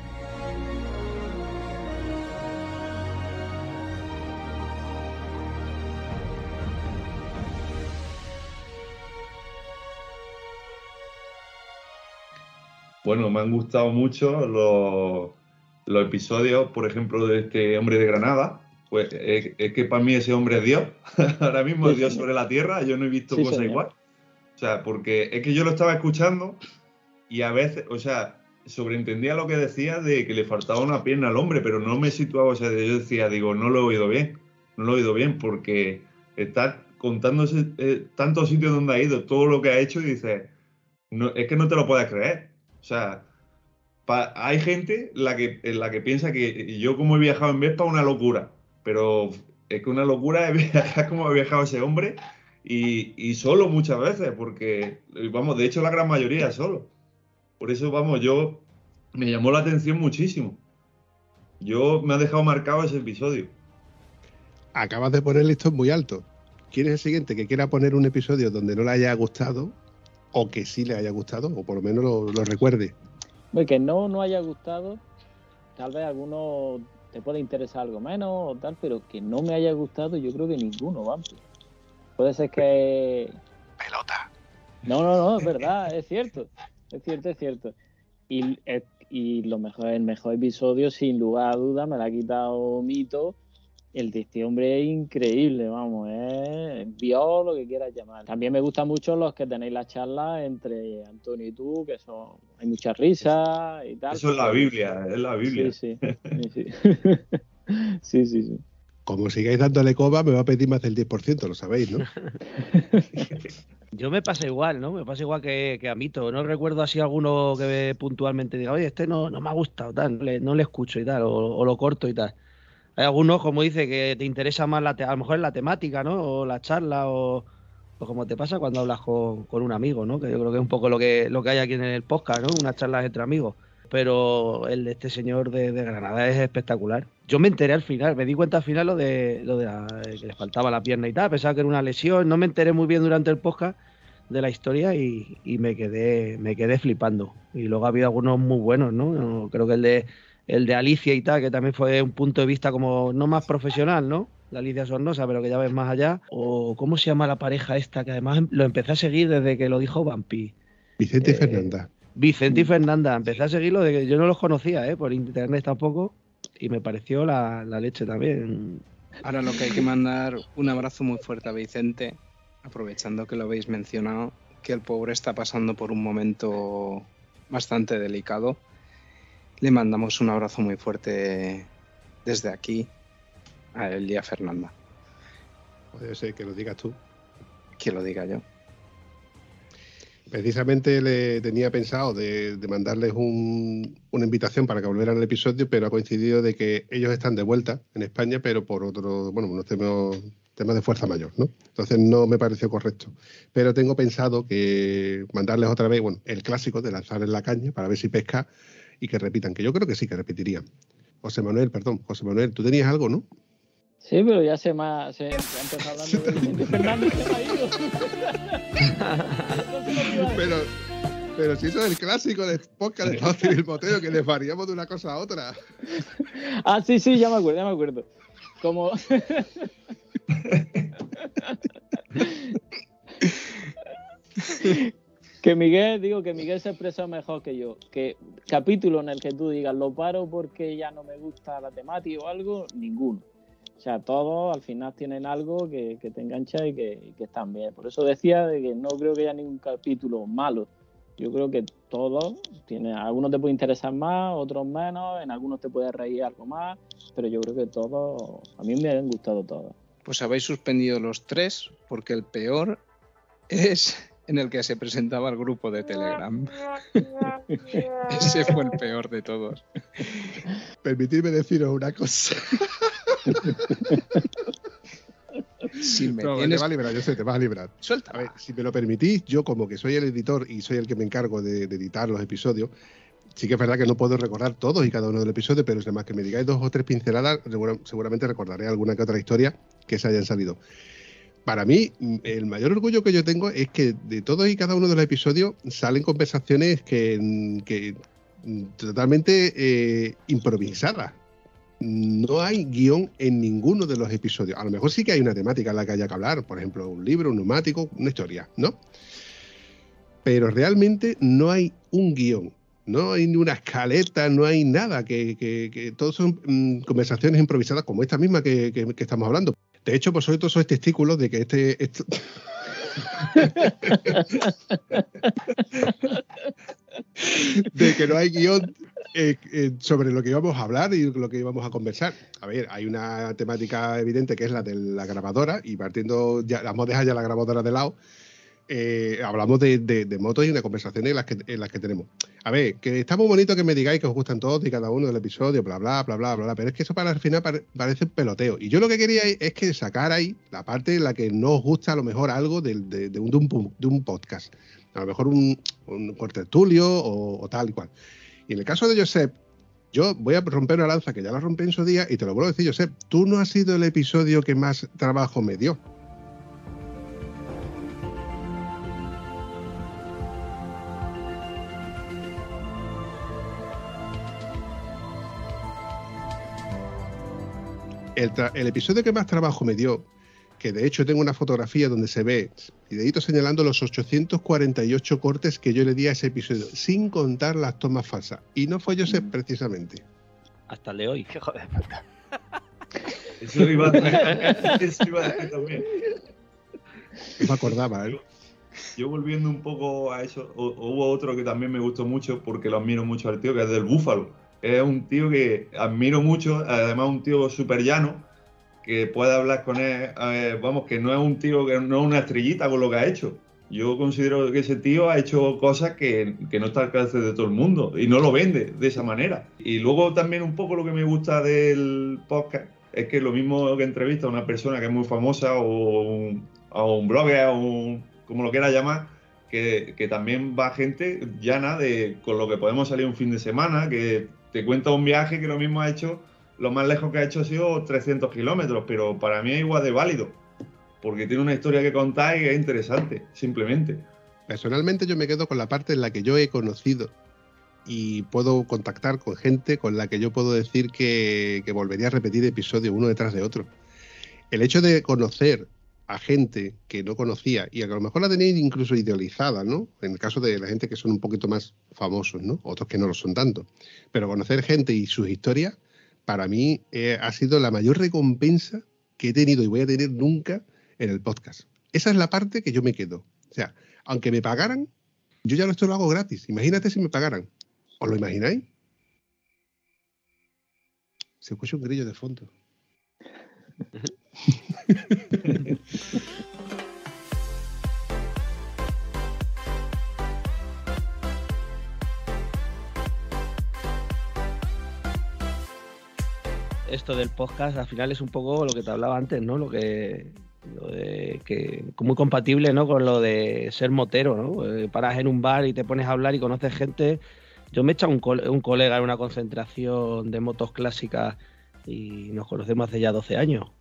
Bueno, me han gustado mucho los episodios, por ejemplo, de este hombre de Granada. Pues es que para mí ese hombre es Dios. Ahora mismo es Dios sobre la tierra. Yo no he visto cosa igual. O sea, porque es que yo lo estaba escuchando y a veces, o sea, sobreentendía lo que decía de que le faltaba una pierna al hombre, pero no me situaba. O sea, yo decía, digo, no lo he oído bien. No lo he oído bien porque está contándose tantos sitios donde ha ido, todo lo que ha hecho y dices, no, es que no te lo puedes creer. O sea, hay gente en la que piensa que yo como he viajado en Vespa una locura, pero es que una locura es viajar como ha viajado ese hombre y solo muchas veces, porque, vamos, de hecho la gran mayoría solo. Por eso, vamos, me llamó la atención muchísimo. Me ha dejado marcado ese episodio. Acabas de poner el listón muy alto. ¿Quién es el siguiente que quiera poner un episodio donde no le haya gustado? O que sí le haya gustado, o por lo menos lo recuerde. Que no haya gustado, tal vez alguno te puede interesar algo menos o tal, pero que no me haya gustado, yo creo que ninguno, vamos. Puede ser que... Pelota. No, es verdad, es cierto. Es cierto. Y el mejor episodio, sin lugar a dudas, me lo ha quitado Mito. El de este hombre es increíble, vamos, vio lo que quieras llamar. También me gustan mucho los que tenéis la charla entre Antonio y tú, que hay mucha risa y tal. Eso es la Biblia, es la Biblia. Sí. Sí. Como sigáis dándole coba, me va a pedir más del 10%, lo sabéis, ¿no? Yo me pasa igual, ¿no? Me pasa igual que a Mito. No recuerdo así alguno que puntualmente diga, oye, este no me ha gustado, tal, no le escucho y tal, o lo corto y tal. Hay algunos, como dice, que te interesa más a lo mejor la temática, ¿no? O la charla, o como te pasa cuando hablas con un amigo, ¿no? Que yo creo que es un poco lo que hay aquí en el podcast, ¿no? Unas charlas entre amigos. Pero el de este señor de Granada es espectacular. Yo me enteré al final, me di cuenta al final lo de que le faltaba la pierna y tal, pensaba que era una lesión, no me enteré muy bien durante el podcast de la historia y me quedé flipando. Y luego ha habido algunos muy buenos, ¿no? Creo que el de Alicia y tal, que también fue un punto de vista como no más profesional, ¿no? La Alicia Sornosa, pero que ya ves más allá. O ¿cómo se llama la pareja esta? Que además lo empecé a seguir desde que lo dijo Vampi. Vicente y Fernanda. Vicente y Fernanda. Empecé a seguirlo de que yo no los conocía, por internet tampoco. Y me pareció la leche también. Ahora lo que hay que mandar un abrazo muy fuerte a Vicente, aprovechando que lo habéis mencionado, que el pobre está pasando por un momento bastante delicado. Le mandamos un abrazo muy fuerte desde aquí a él y a Fernanda. Puede ser que lo digas tú. Que lo diga yo. Precisamente le tenía pensado de mandarles una invitación para que volvieran al episodio, pero ha coincidido de que ellos están de vuelta en España, pero por unos temas de fuerza mayor, ¿no? Entonces no me pareció correcto. Pero tengo pensado que mandarles otra vez, el clásico de lanzarles la caña para ver si pesca y que repitan, que yo creo que sí que repetirían. José Manuel, tú tenías algo, ¿no? Sí, pero ya se ha empezado hablando de Vicente Fernández, se me ha ido. Pero si eso es el clásico del podcast de Estado Civil Motero, que les variamos de una cosa a otra. Ah, sí, ya me acuerdo. Como... que Miguel se expresó mejor que yo. Que capítulo en el que tú digas, lo paro porque ya no me gusta la temática o algo, ninguno. O sea, todos al final tienen algo que te engancha y que están bien. Por eso decía de que no creo que haya ningún capítulo malo. Yo creo que todos tienen, algunos te pueden interesar más, otros menos, en algunos te puedes reír algo más, pero yo creo que todos, a mí me han gustado todos. Pues habéis suspendido los 3 porque el peor es en el que se presentaba el grupo de Telegram. Ese fue el peor de todos. Permitidme deciros una cosa. Te vas a librar, yo sé, te vas a librar. Suelta. A ver, si me lo permitís, yo como que soy el editor y soy el que me encargo de editar los episodios, sí que es verdad que no puedo recordar todos y cada uno de los episodios, pero además que me digáis 2 o 3 pinceladas, seguramente recordaré alguna que otra historia que se hayan salido. Para mí, el mayor orgullo que yo tengo es que de todos y cada uno de los episodios salen conversaciones que totalmente improvisadas. No hay guión en ninguno de los episodios. A lo mejor sí que hay una temática en la que haya que hablar, por ejemplo, un libro, un neumático, una historia, ¿no? Pero realmente no hay un guión, no hay ni una escaleta, no hay nada, que todos son conversaciones improvisadas como esta misma que estamos hablando. De hecho, vosotros sois testículos de que de que no hay guión sobre lo que íbamos a hablar y lo que íbamos a conversar. A ver, hay una temática evidente que es la de la grabadora, y partiendo, ya vamos a dejar ya la grabadora de lado, hablamos de motos y una conversación en las que tenemos. A ver, que está muy bonito que me digáis que os gustan todos y cada uno del episodio, bla, bla, bla, bla, bla, pero es que eso para el final parece un peloteo. Y yo lo que quería es que sacarais la parte en la que no os gusta a lo mejor algo de un podcast. A lo mejor un contertulio o tal y cual. Y en el caso de Josep, yo voy a romper una lanza que ya la rompí en su día y te lo vuelvo a decir, Josep, tú no has sido el episodio que más trabajo me dio. El episodio que más trabajo me dio, que de hecho tengo una fotografía donde se ve, y dedito señalando los 848 cortes que yo le di a ese episodio, sin contar las tomas falsas. Y no fue Josep, precisamente. Hasta le hoy. Hijo de puta. Eso iba a decir también. No me acordaba, ¿eh? Yo volviendo un poco a eso, hubo otro que también me gustó mucho porque lo admiro mucho al tío, que es del Búfalo. Es un tío que admiro mucho, además un tío súper llano, que puede hablar con él, vamos, que no es un tío, que no es una estrellita con lo que ha hecho. Yo considero que ese tío ha hecho cosas que no está al alcance de todo el mundo y no lo vende de esa manera. Y luego también un poco lo que me gusta del podcast es que lo mismo que entrevista a una persona que es muy famosa o un blogger o como lo quiera llamar, que también va gente llana con lo que podemos salir un fin de semana, que te cuenta un viaje que lo mismo ha hecho, lo más lejos que ha hecho ha sido 300 kilómetros, pero para mí es igual de válido, porque tiene una historia que contar y es interesante, simplemente. Personalmente yo me quedo con la parte en la que yo he conocido y puedo contactar con gente con la que yo puedo decir que volvería a repetir episodios uno detrás de otro. El hecho de conocer a gente que no conocía y a lo mejor la tenéis incluso idealizada, ¿no? En el caso de la gente que son un poquito más famosos, ¿no? Otros que no lo son tanto. Pero conocer gente y sus historias, para mí ha sido la mayor recompensa que he tenido y voy a tener nunca en el podcast. Esa es la parte que yo me quedo. O sea, aunque me pagaran, yo ya esto lo hago gratis. Imagínate si me pagaran. ¿Os lo imagináis? Se escucha un grillo de fondo. esto del podcast al final es un poco lo que te hablaba antes, ¿no? Lo de que muy compatible, ¿no? Con lo de ser motero, ¿no? Paras en un bar y te pones a hablar y conoces gente. Yo me he echado un colega en una concentración de motos clásicas y nos conocemos hace ya 12 años.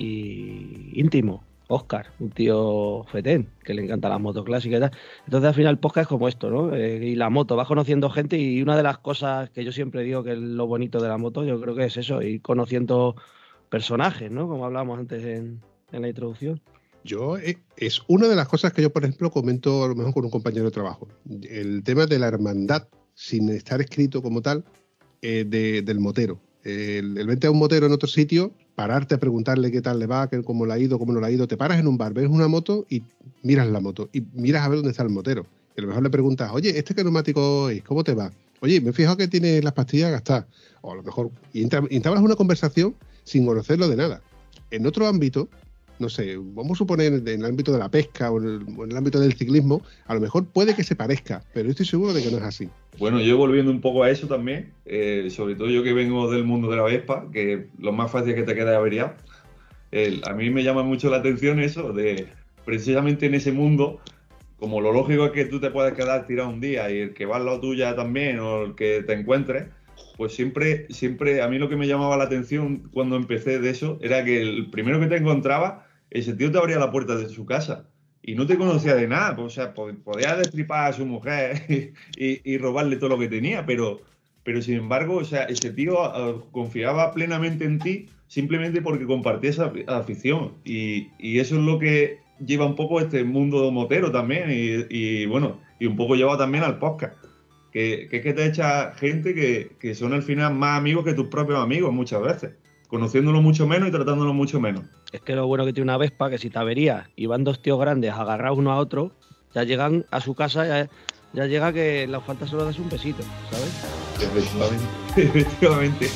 Y íntimo, Óscar, un tío fetén, que le encantan las motos clásicas y tal. Entonces al final el podcast es como esto, ¿no? Y la moto, vas conociendo gente y una de las cosas que yo siempre digo que es lo bonito de la moto, yo creo que es eso, ir conociendo personajes, ¿no? Como hablábamos antes en la introducción. Es una de las cosas que yo, por ejemplo, comento a lo mejor con un compañero de trabajo. El tema de la hermandad, sin estar escrito como tal, del motero. El vente a un motero en otro sitio, pararte a preguntarle qué tal le va, cómo le ha ido, cómo no le ha ido. Te paras en un bar, ves una moto y miras la moto y miras a ver dónde está el motero. Y a lo mejor le preguntas, oye, ¿este qué neumático es? ¿Cómo te va? Oye, me he fijado que tienes las pastillas gastadas. O a lo mejor, y entablas una conversación sin conocerlo de nada. En otro ámbito, no sé, vamos a suponer en el ámbito de la pesca o en el ámbito del ciclismo, a lo mejor puede que se parezca, pero estoy seguro de que no es así. Bueno, yo volviendo un poco a eso también, sobre todo yo que vengo del mundo de la Vespa, que lo más fácil es que te quedes averiado, a mí me llama mucho la atención eso de, precisamente en ese mundo, como lo lógico es que tú te puedes quedar tirado un día y el que va al lado tuya también o el que te encuentres, pues siempre a mí lo que me llamaba la atención cuando empecé de eso era que el primero que te encontraba, ese tío te abría la puerta de su casa y no te conocía de nada, pues, o sea, podía destripar a su mujer y robarle todo lo que tenía, pero sin embargo, o sea, ese tío confiaba plenamente en ti simplemente porque compartía esa afición y eso es lo que lleva un poco este mundo motero también y bueno, y un poco lleva también al podcast. Que es que te echa gente que son al final más amigos que tus propios amigos muchas veces, conociéndolo mucho menos y tratándolo mucho menos. Es que lo bueno que tiene una Vespa, que si te averías y van dos tíos grandes agarrados uno a otro, ya llegan a su casa, ya llega que les falta solo darse un besito, ¿sabes? Efectivamente.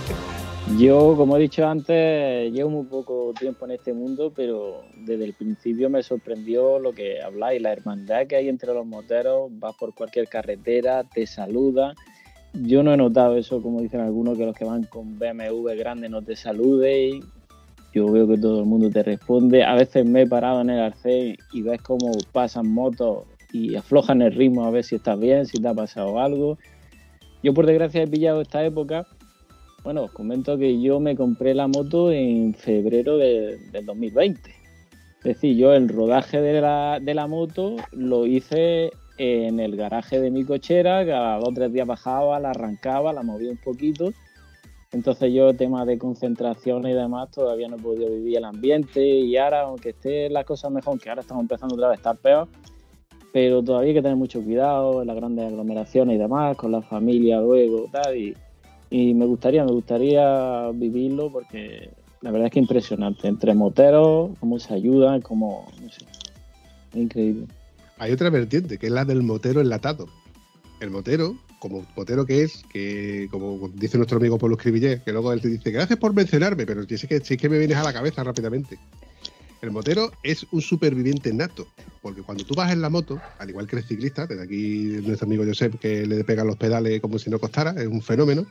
Yo, como he dicho antes, llevo muy poco tiempo en este mundo, pero desde el principio me sorprendió lo que habláis, la hermandad que hay entre los moteros. Vas por cualquier carretera, te saludan. Yo no he notado eso, como dicen algunos, que los que van con BMW grandes no te saluden. Yo veo que todo el mundo te responde. A veces me he parado en el arcén y ves cómo pasan motos y aflojan el ritmo a ver si estás bien, si te ha pasado algo. Yo, por desgracia, he pillado esta época. Bueno, os comento que yo me compré la moto en febrero del 2020. Es decir, yo el rodaje de la moto lo hice en el garaje de mi cochera, que a 2 o 3 días bajaba, la arrancaba, la movía un poquito. Entonces yo, temas de concentración y demás, todavía no he podido vivir el ambiente y ahora, aunque esté las cosas mejor, aunque ahora estamos empezando otra vez a estar peor, pero todavía hay que tener mucho cuidado en las grandes aglomeraciones y demás, con la familia luego, tal, y me gustaría vivirlo porque la verdad es que es impresionante. Entre moteros, cómo se ayudan, cómo, no sé, es increíble. Hay otra vertiente, que es la del motero enlatado. El motero, como motero que es, que como dice nuestro amigo Pablo Escribillé, que luego él te dice, gracias por mencionarme, pero sí que me vienes a la cabeza rápidamente. El motero es un superviviente nato, porque cuando tú vas en la moto, al igual que el ciclista, desde aquí nuestro amigo Josep, que le pega los pedales como si no costara, es un fenómeno.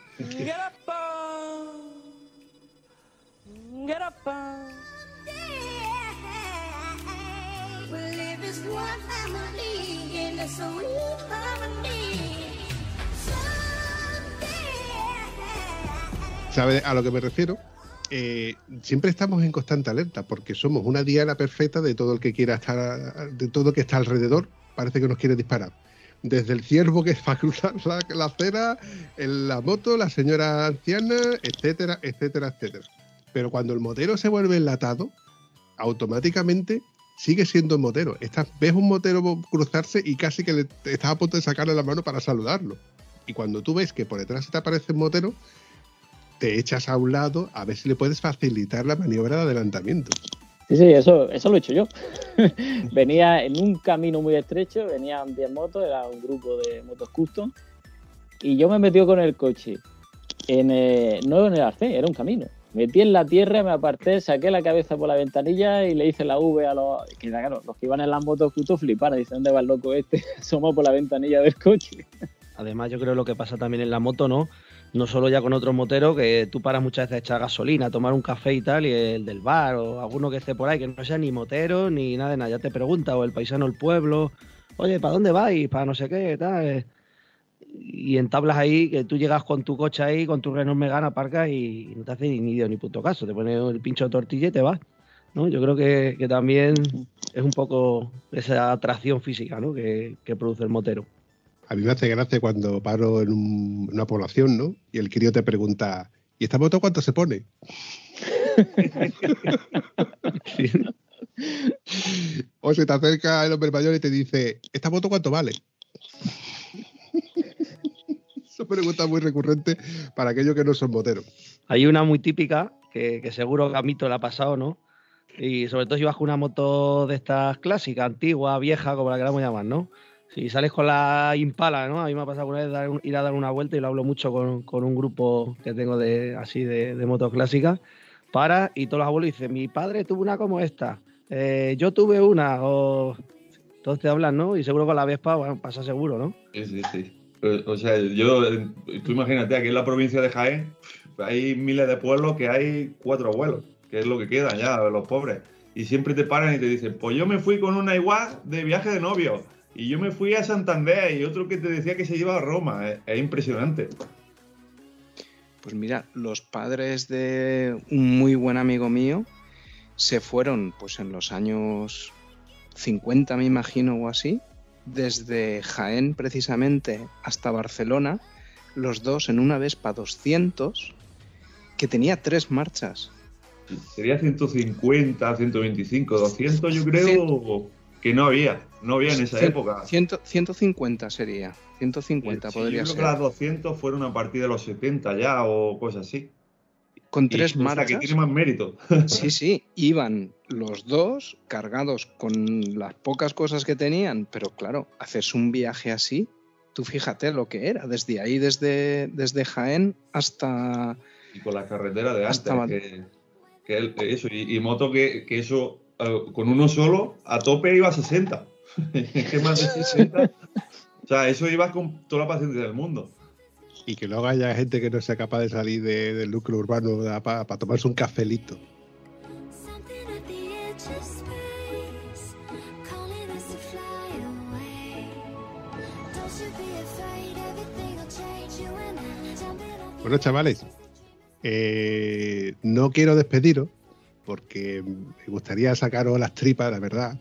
¿Sabes a lo que me refiero? Siempre estamos en constante alerta porque somos una diana perfecta de todo el que quiera estar, de todo lo que está alrededor, parece que nos quiere disparar. Desde el ciervo que va a cruzar la acera, en la moto, la señora anciana, etcétera, etcétera, etcétera. Pero cuando el motero se vuelve enlatado, automáticamente sigue siendo motero. Ves un motero cruzarse y casi que estás a punto de sacarle la mano para saludarlo. Y cuando tú ves que por detrás se te aparece un motero, te echas a un lado a ver si le puedes facilitar la maniobra de adelantamiento. Sí, eso lo he hecho yo. Venía en un camino muy estrecho, venían 10 motos, era un grupo de motos custom, y yo me metí con el coche, no en el arcén, era un camino. Metí en la tierra, me aparté, saqué la cabeza por la ventanilla y le hice la V a los que iban en las motos custom fliparon, dicen, ¿dónde va el loco este? Asomó por la ventanilla del coche. Además, yo creo lo que pasa también en la moto, ¿no? No solo ya con otros moteros, que tú paras muchas veces a echar gasolina, a tomar un café y tal, y el del bar o alguno que esté por ahí, que no sea ni motero ni nada de nada, ya te pregunta, o el paisano del pueblo, oye, ¿para dónde vais? ¿Para no sé qué? Tal. Y entablas ahí, que tú llegas con tu coche ahí, con tu Renault Megane, aparcas y no te hace ni Dios ni puto caso, te pones el pincho de tortilla y te vas, ¿no? Yo creo que también es un poco esa atracción física, ¿no? que produce el motero. A mí me hace gracia cuando paro en una población, ¿no? Y el crío te pregunta, ¿y esta moto cuánto se pone? Sí. O se te acerca el hombre mayor y te dice, ¿esta moto cuánto vale? Esa pregunta es muy recurrente para aquellos que no son moteros. Hay una muy típica que seguro que a Mito le ha pasado, ¿no? Y sobre todo si vas con una moto de estas clásicas, antigua, vieja, como la queramos llamar, ¿no? Si sales con la Impala, ¿no? A mí me ha pasado una vez ir a dar una vuelta y lo hablo mucho con un grupo que tengo de motos clásicas. Para y todos los abuelos dicen, mi padre tuvo una como esta, yo tuve una, o todos te hablan, ¿no? Y seguro con la Vespa, bueno, pasa seguro, ¿no? Sí. O sea, tú imagínate, aquí en la provincia de Jaén hay miles de pueblos que hay 4 abuelos, que es lo que quedan ya, los pobres. Y siempre te paran y te dicen, pues yo me fui con una igual de viaje de novio. Y yo me fui a Santander y otro que te decía que se iba a Roma. Es impresionante. Pues mira, los padres de un muy buen amigo mío se fueron pues en los años 50, me imagino, o así, desde Jaén precisamente hasta Barcelona, los dos en una Vespa 200 que tenía 3 marchas. Sería 150, 125, 200 yo creo que no había en esa época. 150 sería, 150 sí, podría yo creo ser. Que las 200 fueron a partir de los 70 ya o cosas así. Con 3 marchas. O sea, que tiene más mérito. Sí, iban los dos cargados con las pocas cosas que tenían, pero claro, haces un viaje así, tú fíjate lo que era, desde ahí, desde Jaén hasta... Y con la carretera de antes, eso, y moto que eso... con uno solo, a tope iba a 60. ¿Qué más de 60? O sea, eso iba con toda la paciencia del mundo. Y que luego haya gente que no sea capaz de salir del núcleo urbano para tomarse un cafelito. Bueno, chavales, no quiero despediros, porque me gustaría sacaros las tripas, la verdad.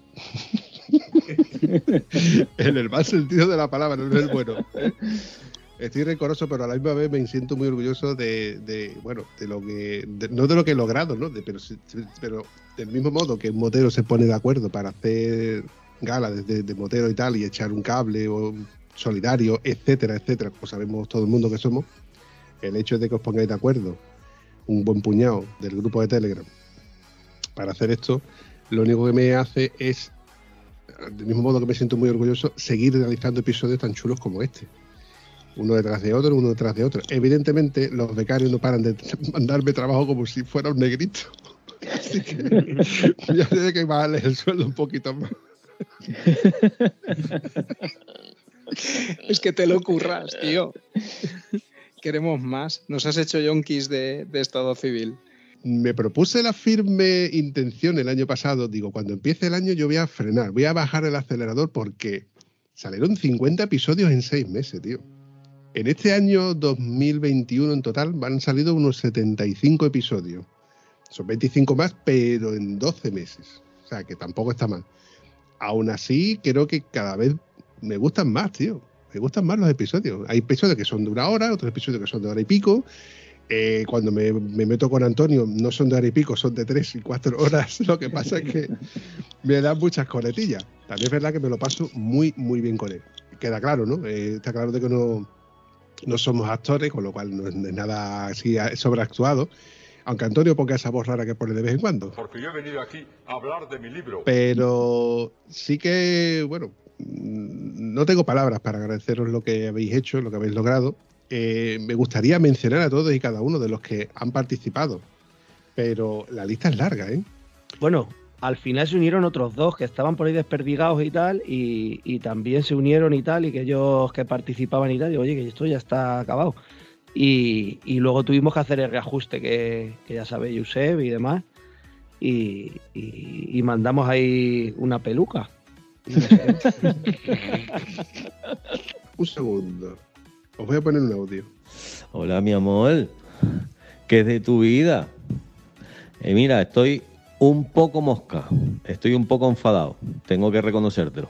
En el mal sentido de la palabra, no es el bueno. Estoy rencoroso, pero a la misma vez me siento muy orgulloso de lo que... no de lo que he logrado, ¿no? Pero del mismo modo que un motero se pone de acuerdo para hacer gala de motero y tal, y echar un cable o solidario, etcétera, como sabemos todo el mundo que somos, el hecho de que os pongáis de acuerdo un buen puñado del grupo de Telegram para hacer esto, lo único que me hace es, del mismo modo que me siento muy orgulloso, seguir realizando episodios tan chulos como este. Uno detrás de otro. Evidentemente, los becarios no paran de mandarme trabajo como si fuera un negrito. Así que ya sé que bajarles el sueldo un poquito más. Es que te lo curras, tío. Queremos más. Nos has hecho yonkis de Estado Civil. Me propuse la firme intención el año pasado, digo, cuando empiece el año yo voy a frenar, voy a bajar el acelerador porque salieron 50 episodios en 6 meses, tío. En este año 2021 en total han salido unos 75 episodios. Son 25 más, pero en 12 meses. O sea, que tampoco está mal. Aún así, creo que cada vez me gustan más, tío. Me gustan más los episodios. Hay episodios que son de 1 hora, otros episodios que son de 1 hora y pico. Cuando me meto con Antonio no son de 1 hora y pico, son de 3 y 4 horas. Lo que pasa es que me dan muchas coletillas. También es verdad que me lo paso muy, muy bien con él. Queda claro, ¿no? Está claro de que no somos actores, con lo cual no es nada así sobreactuado. Aunque Antonio ponga esa voz rara que pone de vez en cuando. Porque yo he venido aquí a hablar de mi libro. Pero sí que, bueno, no tengo palabras para agradeceros lo que habéis hecho, lo que habéis logrado. Me gustaría mencionar a todos y cada uno de los que han participado, pero la lista es larga, ¿eh? Bueno, al final se unieron otros 2 que estaban por ahí desperdigados y tal, y también se unieron y tal, y que ellos que participaban y tal, y oye, que esto ya está acabado. Y luego tuvimos que hacer el reajuste que ya sabéis, Josep y demás. Y mandamos ahí una peluca. Un segundo. Os voy a poner un audio. Hola, mi amor. ¿Qué es de tu vida? Mira, estoy un poco mosca. Estoy un poco enfadado. Tengo que reconocértelo.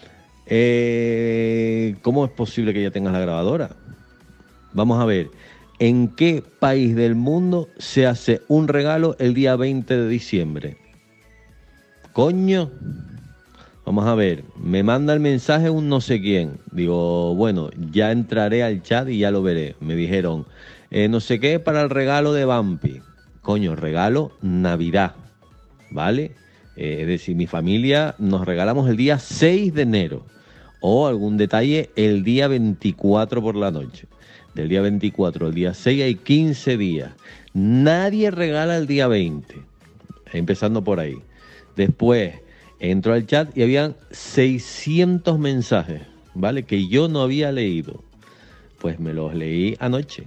¿Cómo es posible que ya tengas la grabadora? Vamos a ver. ¿En qué país del mundo se hace un regalo el día 20 de diciembre? Coño. Vamos a ver. Me manda el mensaje un no sé quién. Digo, bueno, ya entraré al chat y ya lo veré. Me dijeron, no sé qué para el regalo de Vampi. Coño, regalo Navidad. ¿Vale? Es decir, mi familia nos regalamos el día 6 de enero. O algún detalle el día 24 por la noche. Del día 24 al día 6 hay 15 días. Nadie regala el día 20. Empezando por ahí. Después entro al chat y habían 600 mensajes, ¿vale? Que yo no había leído. Pues me los leí anoche.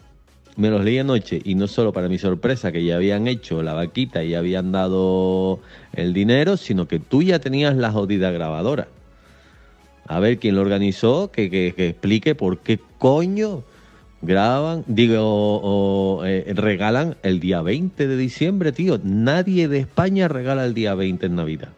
Y no solo para mi sorpresa que ya habían hecho la vaquita y ya habían dado el dinero, sino que tú ya tenías la jodida grabadora. A ver quién lo organizó, que explique por qué coño regalan el día 20 de diciembre, tío. Nadie de España regala el día 20 en Navidad.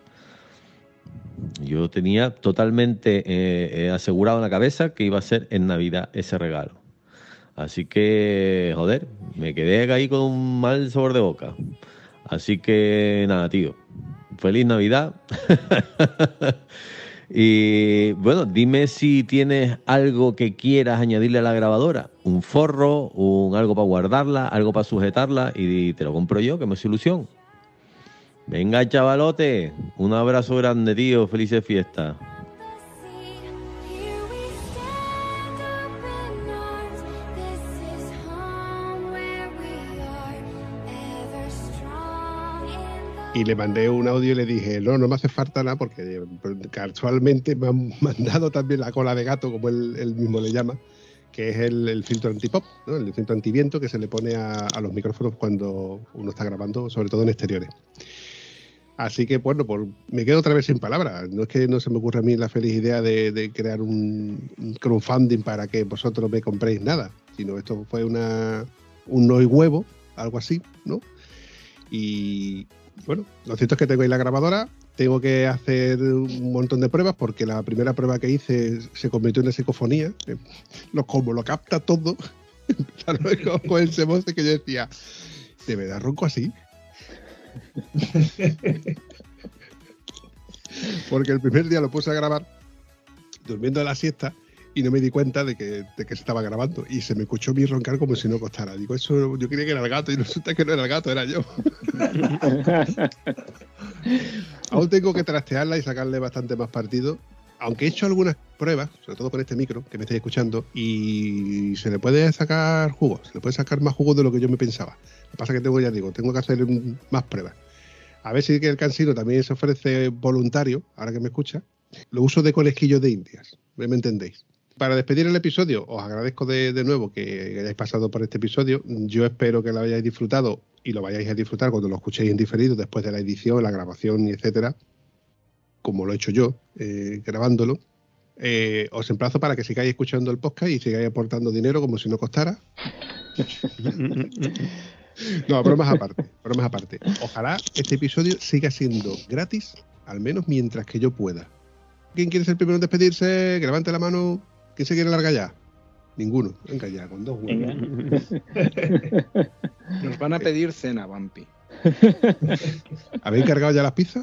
Yo tenía totalmente asegurado en la cabeza que iba a ser en Navidad ese regalo. Así que, joder, me quedé ahí con un mal sabor de boca. Así que, nada, tío. Feliz Navidad. Y bueno, dime si tienes algo que quieras añadirle a la grabadora. Un forro, algo para guardarla, algo para sujetarla y te lo compro yo, que me hace ilusión. Venga, chavalote. Un abrazo grande, tío. Felices fiestas. Y le mandé un audio y le dije, no me hace falta nada porque casualmente me han mandado también la cola de gato, como él mismo le llama, que es el filtro antipop, ¿no? El filtro antiviento que se le pone a los micrófonos cuando uno está grabando, sobre todo en exteriores. Así que, bueno, pues me quedo otra vez sin palabras. No es que no se me ocurra a mí la feliz idea de crear un crowdfunding para que vosotros me compréis nada, sino esto fue un no y huevo, algo así, ¿no? Y bueno, lo cierto es que tengo ahí la grabadora, tengo que hacer un montón de pruebas porque la primera prueba que hice se convirtió en una psicofonía. Como lo capta todo, empezaron con ese voz que yo decía, ¿de verdad ronco así? Porque el primer día lo puse a grabar durmiendo a la siesta y no me di cuenta de que se estaba grabando y se me escuchó mi roncar como si no costara. Digo, eso yo creía que era el gato y resulta que no era el gato, era yo. Aún tengo que trastearla y sacarle bastante más partido, aunque he hecho algunas pruebas, sobre todo con este micro que me estáis escuchando, y se le puede sacar jugo, se le puede sacar más jugo de lo que yo me pensaba. Lo que pasa es que tengo que hacer más pruebas. A ver si que el cansino también se ofrece voluntario, ahora que me escucha. Lo uso de conejillo de indias, ¿me entendéis? Para despedir el episodio, os agradezco de nuevo que hayáis pasado por este episodio. Yo espero que lo hayáis disfrutado y lo vayáis a disfrutar cuando lo escuchéis en diferido, después de la edición, la grabación, y etcétera, como lo he hecho yo, grabándolo. Os emplazo para que sigáis escuchando el podcast y sigáis aportando dinero como si no costara. No, bromas aparte. Ojalá este episodio siga siendo gratis, al menos mientras que yo pueda. ¿Quién quiere ser el primero en despedirse? Que levante la mano. ¿Quién se quiere largar ya? Ninguno. Venga ya, con 2 huevos. Nos van a pedir cena, Vampi. ¿Habéis cargado ya las pizzas?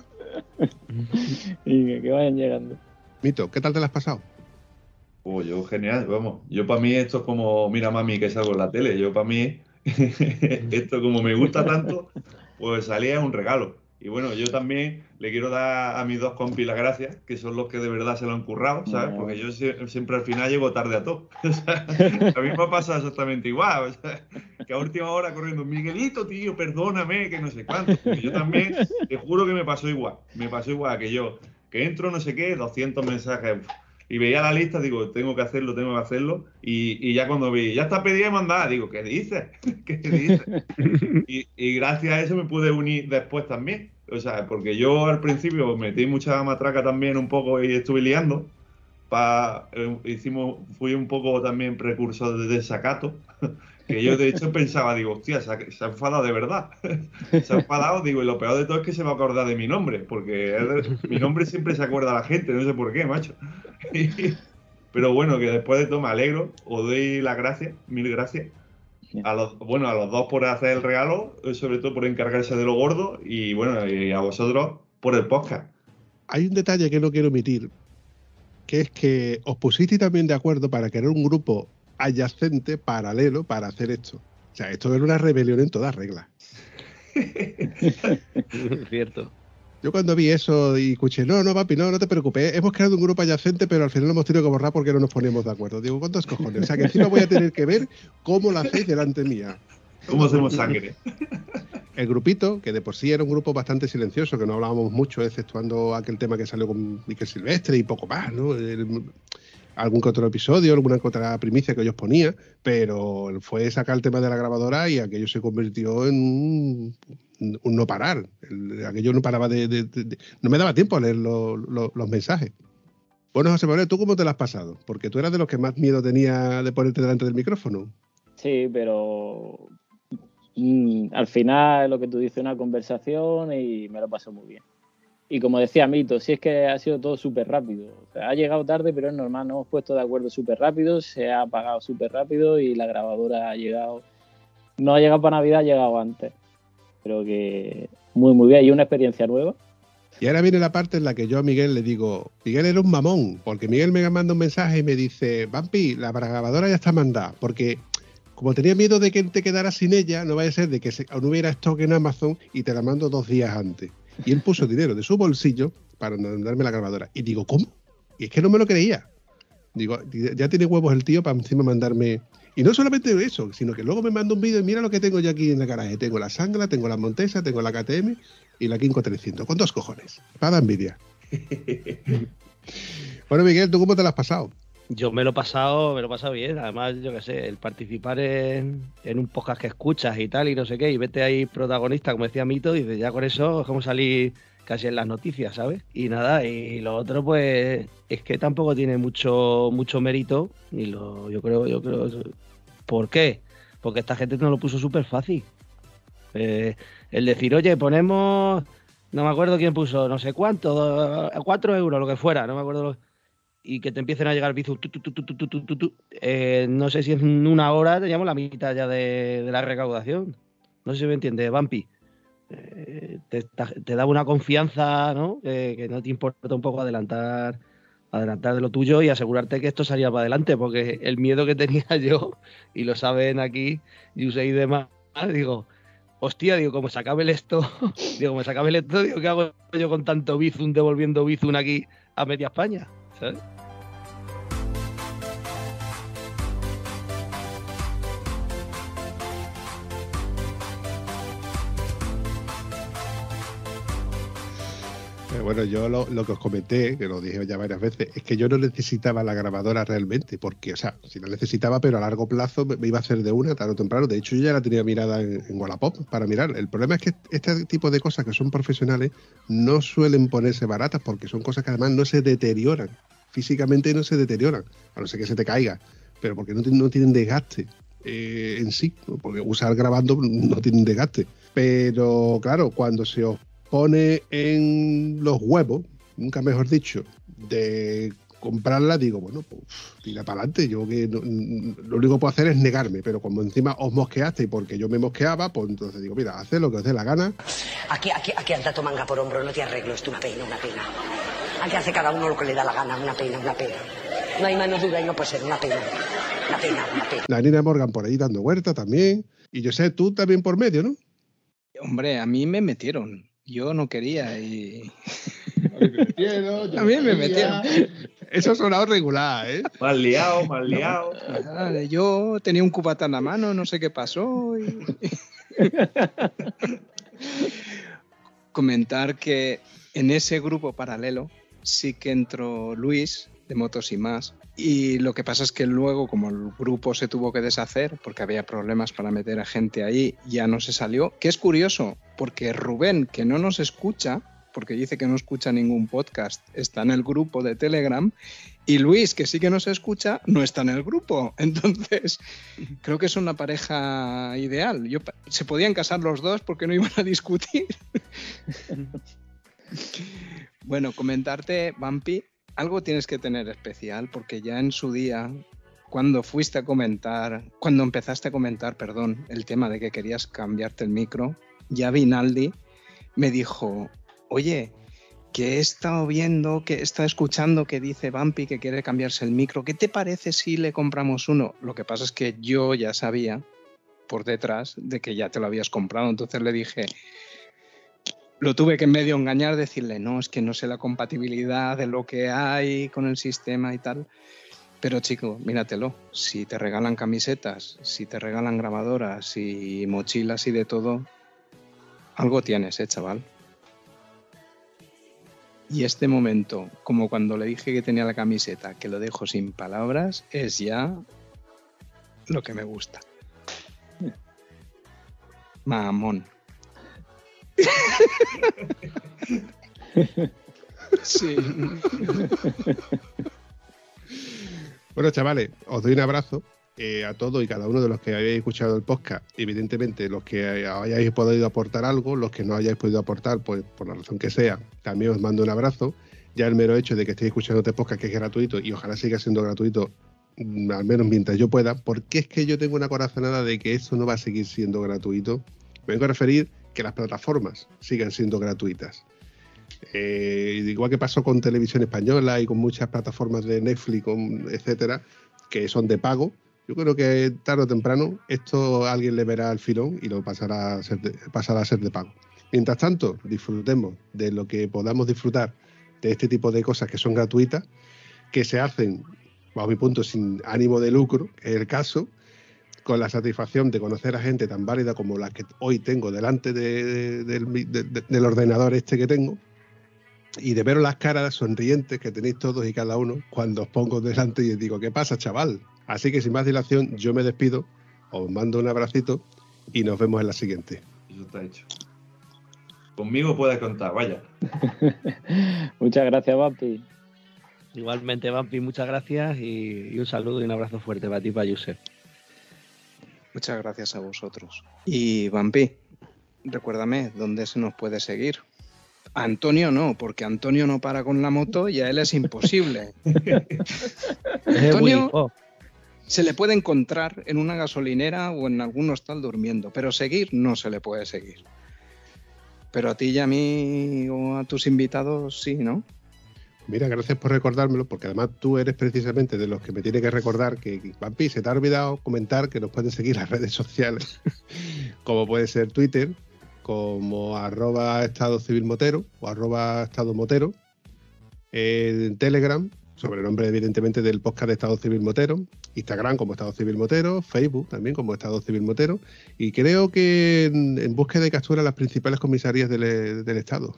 Y que vayan llegando. Mito, ¿qué tal te las has pasado? Yo genial, vamos. Yo para mí esto es como, mira mami que salgo en la tele, yo para mí esto como me gusta tanto, pues salía un regalo. Y bueno, yo también le quiero dar a mis 2 compis las gracias, que son los que de verdad se lo han currado, ¿sabes? Porque yo siempre al final llego tarde a todo. O sea, a mí me ha pasado exactamente igual. O sea, que a última hora corriendo, Miguelito, tío, perdóname, que no sé cuánto. Porque yo también, te juro que me pasó igual. Me pasó igual que yo, que entro no sé qué, 200 mensajes. Y veía la lista, digo, tengo que hacerlo. Y ya cuando vi, ya está pedida y mandada, digo, ¿qué dices? ¿Qué dices? Y gracias a eso me pude unir después también. O sea, porque yo al principio metí mucha matraca también un poco y estuve liando. Fui un poco también precursor de desacato. Que yo de hecho pensaba, digo, hostia, se ha enfadado de verdad. Se ha enfadado, digo, y lo peor de todo es que se va a acordar de mi nombre, porque mi nombre siempre se acuerda a la gente, no sé por qué, macho. Pero bueno, que después de todo me alegro, os doy las gracias, mil gracias. A los dos por hacer el regalo, sobre todo por encargarse de lo gordo, y bueno, y a vosotros por el podcast. Hay un detalle que no quiero omitir, que es que os pusisteis también de acuerdo para crear un grupo adyacente, paralelo, para hacer esto. O sea, esto era una rebelión en todas reglas. Cierto. Yo cuando vi eso y escuché, no, papi, no te preocupes, hemos creado un grupo adyacente, pero al final lo hemos tenido que borrar porque no nos poníamos de acuerdo. Digo, ¿cuántos cojones? O sea, que encima voy a tener que ver cómo lo hacéis delante mía. ¿Cómo hacemos sangre? El grupito, que de por sí era un grupo bastante silencioso, que no hablábamos mucho, exceptuando aquel tema que salió con Miquel Silvestre y poco más, ¿no? Algún que otro episodio, alguna que otra primicia que ellos ponía, pero fue sacar el tema de la grabadora y aquello se convirtió en un no parar. Aquello no paraba no me daba tiempo a leer los mensajes. Bueno, José Manuel, ¿tú cómo te lo has pasado? Porque tú eras de los que más miedo tenía de ponerte delante del micrófono. Sí, pero al final es lo que tú dices, una conversación y me lo paso muy bien. Y como decía Mito, sí es que ha sido todo súper rápido. O sea, ha llegado tarde, pero es normal, nos hemos puesto de acuerdo súper rápido, se ha apagado súper rápido y la grabadora ha llegado. No ha llegado para Navidad, ha llegado antes. Pero que muy bien, y una experiencia nueva. Y ahora viene la parte en la que yo a Miguel le digo, Miguel era un mamón, porque Miguel me manda un mensaje y me dice, Vampi, la grabadora ya está mandada, porque como tenía miedo de que te quedaras sin ella, no vaya a ser de que no hubiera stock en Amazon y te la mando 2 días antes. Y él puso dinero de su bolsillo para darme la grabadora. Y digo, ¿cómo? Y es que no me lo creía. Digo, ya tiene huevos el tío para encima mandarme... Y no solamente eso, sino que luego me manda un vídeo y mira lo que tengo yo aquí en el garaje. Tengo la Sangla, tengo la Montesa, tengo la KTM y la Kinko 300. Con 2 cojones. Para dar envidia. Bueno, Miguel, ¿tú cómo te lo has pasado? Yo me lo he pasado bien. Además, yo qué sé, el participar en un podcast que escuchas y tal y no sé qué, y vete ahí protagonista, como decía Mito, y dices, ya con eso es como salir casi en las noticias, ¿sabes? Y nada, y lo otro pues es que tampoco tiene mucho mérito, y yo creo, ¿por qué? Porque esta gente no lo puso súper fácil. El decir, oye, ponemos, no me acuerdo quién puso, no sé cuánto, 4 euros, lo que fuera, no me acuerdo, y que te empiecen a llegar bizum, no sé si en 1 hora teníamos la mitad ya de la recaudación. No sé si me entiendes, Vampi. Te da una confianza, ¿no? Que no te importa un poco adelantar de lo tuyo y asegurarte que esto salía para adelante, porque el miedo que tenía yo, y lo saben aquí, Yusei y demás, digo, hostia, como se acabe esto, digo, ¿qué hago yo con tanto bizum, devolviendo bizum aquí a media España? ¿Sabes? Bueno, yo lo que os comenté, que lo dije ya varias veces, es que yo no necesitaba la grabadora realmente, porque, o sea, si la necesitaba, pero a largo plazo me iba a hacer de una tarde o temprano. De hecho, yo ya la tenía mirada en Wallapop para mirar. El problema es que este tipo de cosas que son profesionales no suelen ponerse baratas, porque son cosas que además no se deterioran. Físicamente no se deterioran, a no ser que se te caiga, pero porque no tienen desgaste en sí, ¿no? Porque usar grabando no tienen desgaste. Pero claro, cuando se os pone en los huevos, nunca mejor dicho, de comprarla, digo, bueno, pues tira para adelante. Yo que lo único que puedo hacer es negarme, pero como encima os mosqueasteis porque yo me mosqueaba, pues entonces digo, mira, haced lo que os dé la gana. Aquí anda tu manga por hombro, no te arreglo, es una pena. Aquí hace cada uno lo que le da la gana, una pena. No hay mano dura y no puede ser, una pena. La Nina Morgan por ahí dando vuelta también. Y yo sé, tú también por medio, ¿no? Hombre, a mí me metieron. Yo no quería y... A mí me metieron. Eso ha sonado regular, ¿eh? Mal liado. No, yo tenía un cubata en la mano, no sé qué pasó. Comentar que en ese grupo paralelo sí que entró Luis, de Motos y Más. Y lo que pasa es que luego, como el grupo se tuvo que deshacer, porque había problemas para meter a gente ahí, ya no se salió. Que es curioso, porque Rubén, que no nos escucha, porque dice que no escucha ningún podcast, está en el grupo de Telegram, y Luis, que sí que nos escucha, no está en el grupo. Entonces, creo que es una pareja ideal. Se podían casar los dos porque no iban a discutir. Bueno, comentarte, Vampi, algo tienes que tener especial, porque ya en su día, cuando empezaste a comentar, el tema de que querías cambiarte el micro, ya Vinaldi me dijo, oye, que he estado viendo, que he estado escuchando que dice Vampi que quiere cambiarse el micro, ¿qué te parece si le compramos uno? Lo que pasa es que yo ya sabía por detrás de que ya te lo habías comprado, entonces le dije... Lo tuve que medio engañar, decirle, no, es que no sé la compatibilidad de lo que hay con el sistema y tal. Pero chico, míratelo, si te regalan camisetas, si te regalan grabadoras y mochilas y de todo, algo tienes, chaval. Y este momento, como cuando le dije que tenía la camiseta, que lo dejo sin palabras, es ya lo que me gusta. Mamón. Sí. Bueno, chavales, os doy un abrazo a todos y cada uno de los que habéis escuchado el podcast. Evidentemente, los que hayáis podido aportar algo, los que no hayáis podido aportar, pues por la razón que sea, también os mando un abrazo. Ya el mero hecho de que estéis escuchando este podcast, que es gratuito, y ojalá siga siendo gratuito, al menos mientras yo pueda, porque es que yo tengo una corazonada de que esto no va a seguir siendo gratuito. Me vengo a referir que las plataformas sigan siendo gratuitas. Igual que pasó con Televisión Española y con muchas plataformas de Netflix, etcétera, que son de pago. Yo creo que tarde o temprano esto alguien le verá el filón y lo pasará a ser de pago. Mientras tanto, disfrutemos de lo que podamos disfrutar de este tipo de cosas que son gratuitas, que se hacen, bajo mi punto, sin ánimo de lucro, que es el caso, con la satisfacción de conocer a gente tan válida como la que hoy tengo delante del ordenador este que tengo, y de veros las caras sonrientes que tenéis todos y cada uno cuando os pongo delante y os digo, ¿qué pasa, chaval? Así que sin más dilación, yo me despido, os mando un abracito y nos vemos en la siguiente. Eso está hecho. Conmigo puedes contar, vaya. Muchas gracias, Vampi. Igualmente, Vampi, muchas gracias y un saludo y un abrazo fuerte para ti, para Josep. Muchas gracias a vosotros. Y Vampi, recuérdame, ¿dónde se nos puede seguir? A Antonio no, porque Antonio no para con la moto y a él es imposible. Antonio se le puede encontrar en una gasolinera o en algún hostal durmiendo, pero seguir no se le puede seguir. Pero a ti y a mí o a tus invitados sí, ¿no? Mira, gracias por recordármelo, porque además tú eres precisamente de los que me tiene que recordar que, Vampi, se te ha olvidado comentar que nos pueden seguir en las redes sociales, como puede ser Twitter, como @estadocivilmotero o @estadomotero, en Telegram, sobre el nombre evidentemente del podcast de Estado Civil Motero, Instagram como Estado Civil Motero, Facebook también como Estado Civil Motero, y creo que en búsqueda y captura las principales comisarías del Estado.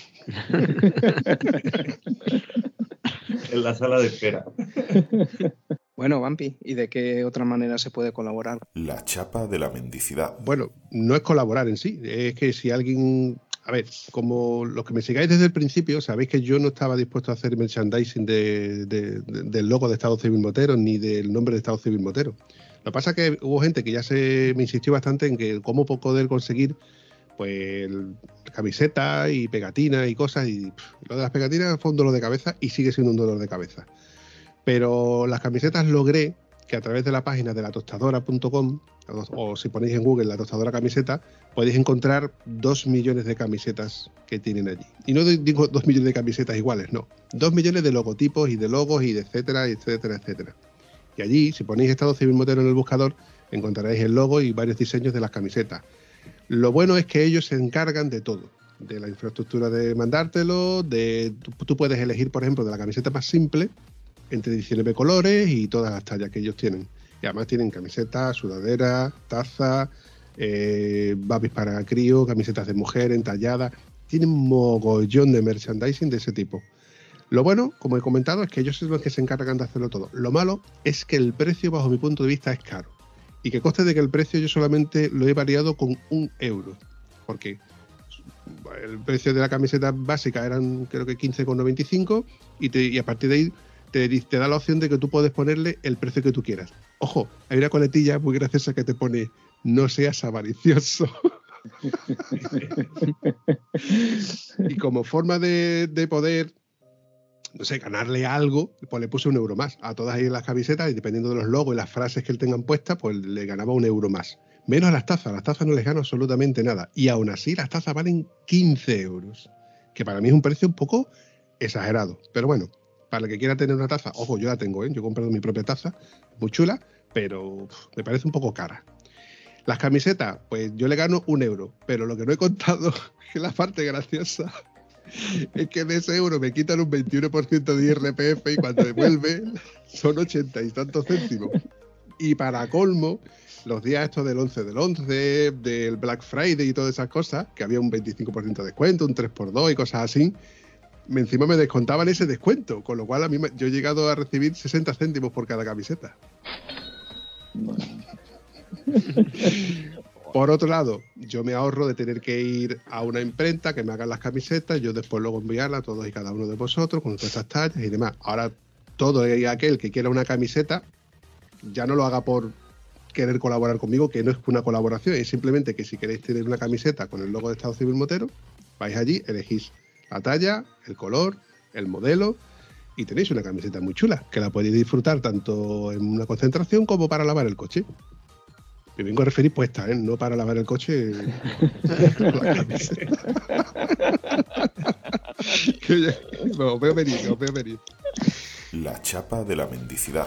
En la sala de espera. Bueno, Vampi, ¿y de qué otra manera se puede colaborar? La chapa de la mendicidad. Bueno, no es colaborar en sí, es que si alguien... A ver, como los que me sigáis desde el principio, sabéis que yo no estaba dispuesto a hacer merchandising del logo de Estado Civil Motero ni del nombre de Estado Civil Motero. Lo que pasa es que hubo gente que ya me insistió bastante en que cómo poder conseguir pues camisetas y pegatinas y cosas, y lo de las pegatinas fue un dolor de cabeza y sigue siendo un dolor de cabeza. Pero las camisetas logré que a través de la página de latostadora.com, o si ponéis en Google La Tostadora Camiseta, podéis encontrar 2 millones de camisetas que tienen allí. Y no digo 2 millones de camisetas iguales, no. 2 millones de logotipos y de logos y de etcétera, etcétera, etcétera. Y allí, si ponéis Estado Civil Motero en el buscador, encontraréis el logo y varios diseños de las camisetas. Lo bueno es que ellos se encargan de todo, de la infraestructura de mandártelo, tú puedes elegir, por ejemplo, de la camiseta más simple, entre 19 colores y todas las tallas que ellos tienen. Y además tienen camisetas, sudaderas, tazas, babis para crío, camisetas de mujer entalladas. Tienen un mogollón de merchandising de ese tipo. Lo bueno, como he comentado, es que ellos son los que se encargan de hacerlo todo. Lo malo es que el precio, bajo mi punto de vista, es caro. Y que conste de que el precio yo solamente lo he variado con 1 euro. Porque el precio de la camiseta básica eran creo que 15,95 y a partir de ahí te da la opción de que tú puedes ponerle el precio que tú quieras. Ojo, hay una coletilla muy graciosa que te pone no seas avaricioso. Y como forma de poder, no sé, ganarle algo, pues le puse 1 euro más a todas ahí las camisetas y dependiendo de los logos y las frases que él tengan puestas, pues le ganaba 1 euro más. Menos a las tazas no les gano absolutamente nada. Y aún así las tazas valen 15 euros, que para mí es un precio un poco exagerado. Pero bueno, para el que quiera tener una taza, ojo, yo la tengo, yo he comprado mi propia taza, muy chula, pero me parece un poco cara. Las camisetas, pues yo le gano 1 euro, pero lo que no he contado, que es la parte graciosa, es que de ese euro me quitan un 21% de IRPF y cuando devuelve son 80 y tantos céntimos. Y para colmo, los días estos del 11 del 11, del Black Friday y todas esas cosas, que había un 25% de descuento, un 3x2 y cosas así, encima me descontaban ese descuento, con lo cual a mí yo he llegado a recibir 60 céntimos por cada camiseta. Por otro lado, yo me ahorro de tener que ir a una imprenta que me hagan las camisetas, yo después luego enviarlas a todos y cada uno de vosotros con todas estas tallas y demás. Ahora, todo aquel que quiera una camiseta, ya no lo haga por querer colaborar conmigo, que no es una colaboración, es simplemente que si queréis tener una camiseta con el logo de Estado Civil Motero, vais allí, elegís la talla, el color, el modelo y tenéis una camiseta muy chula, que la podéis disfrutar tanto en una concentración como para lavar el coche. Me vengo a referir puesta, no para lavar el coche. La camiseta. Os veo venir. La chapa de la mendicidad.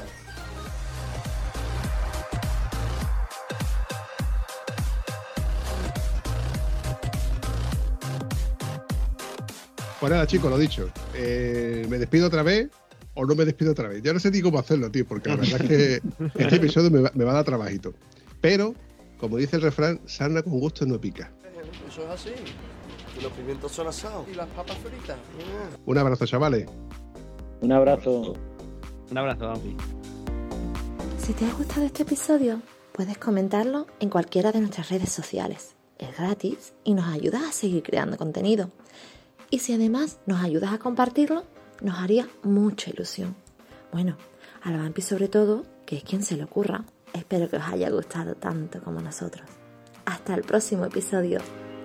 Pues nada, chicos, lo dicho. Me despido otra vez o no me despido otra vez. Ya no sé ni cómo hacerlo, tío, porque la verdad es que este episodio me va a dar trabajito. Pero, como dice el refrán, sarna con gusto no pica. Eso es así. Y los pimientos son asados. Y las papas fritas. Un abrazo, chavales. Un abrazo. Un abrazo, Bambi. Si te ha gustado este episodio, puedes comentarlo en cualquiera de nuestras redes sociales. Es gratis y nos ayuda a seguir creando contenido. Y si además nos ayudas a compartirlo, nos haría mucha ilusión. Bueno, a la Vampi sobre todo, que es quien se le ocurra. Espero que os haya gustado tanto como nosotros. Hasta el próximo episodio.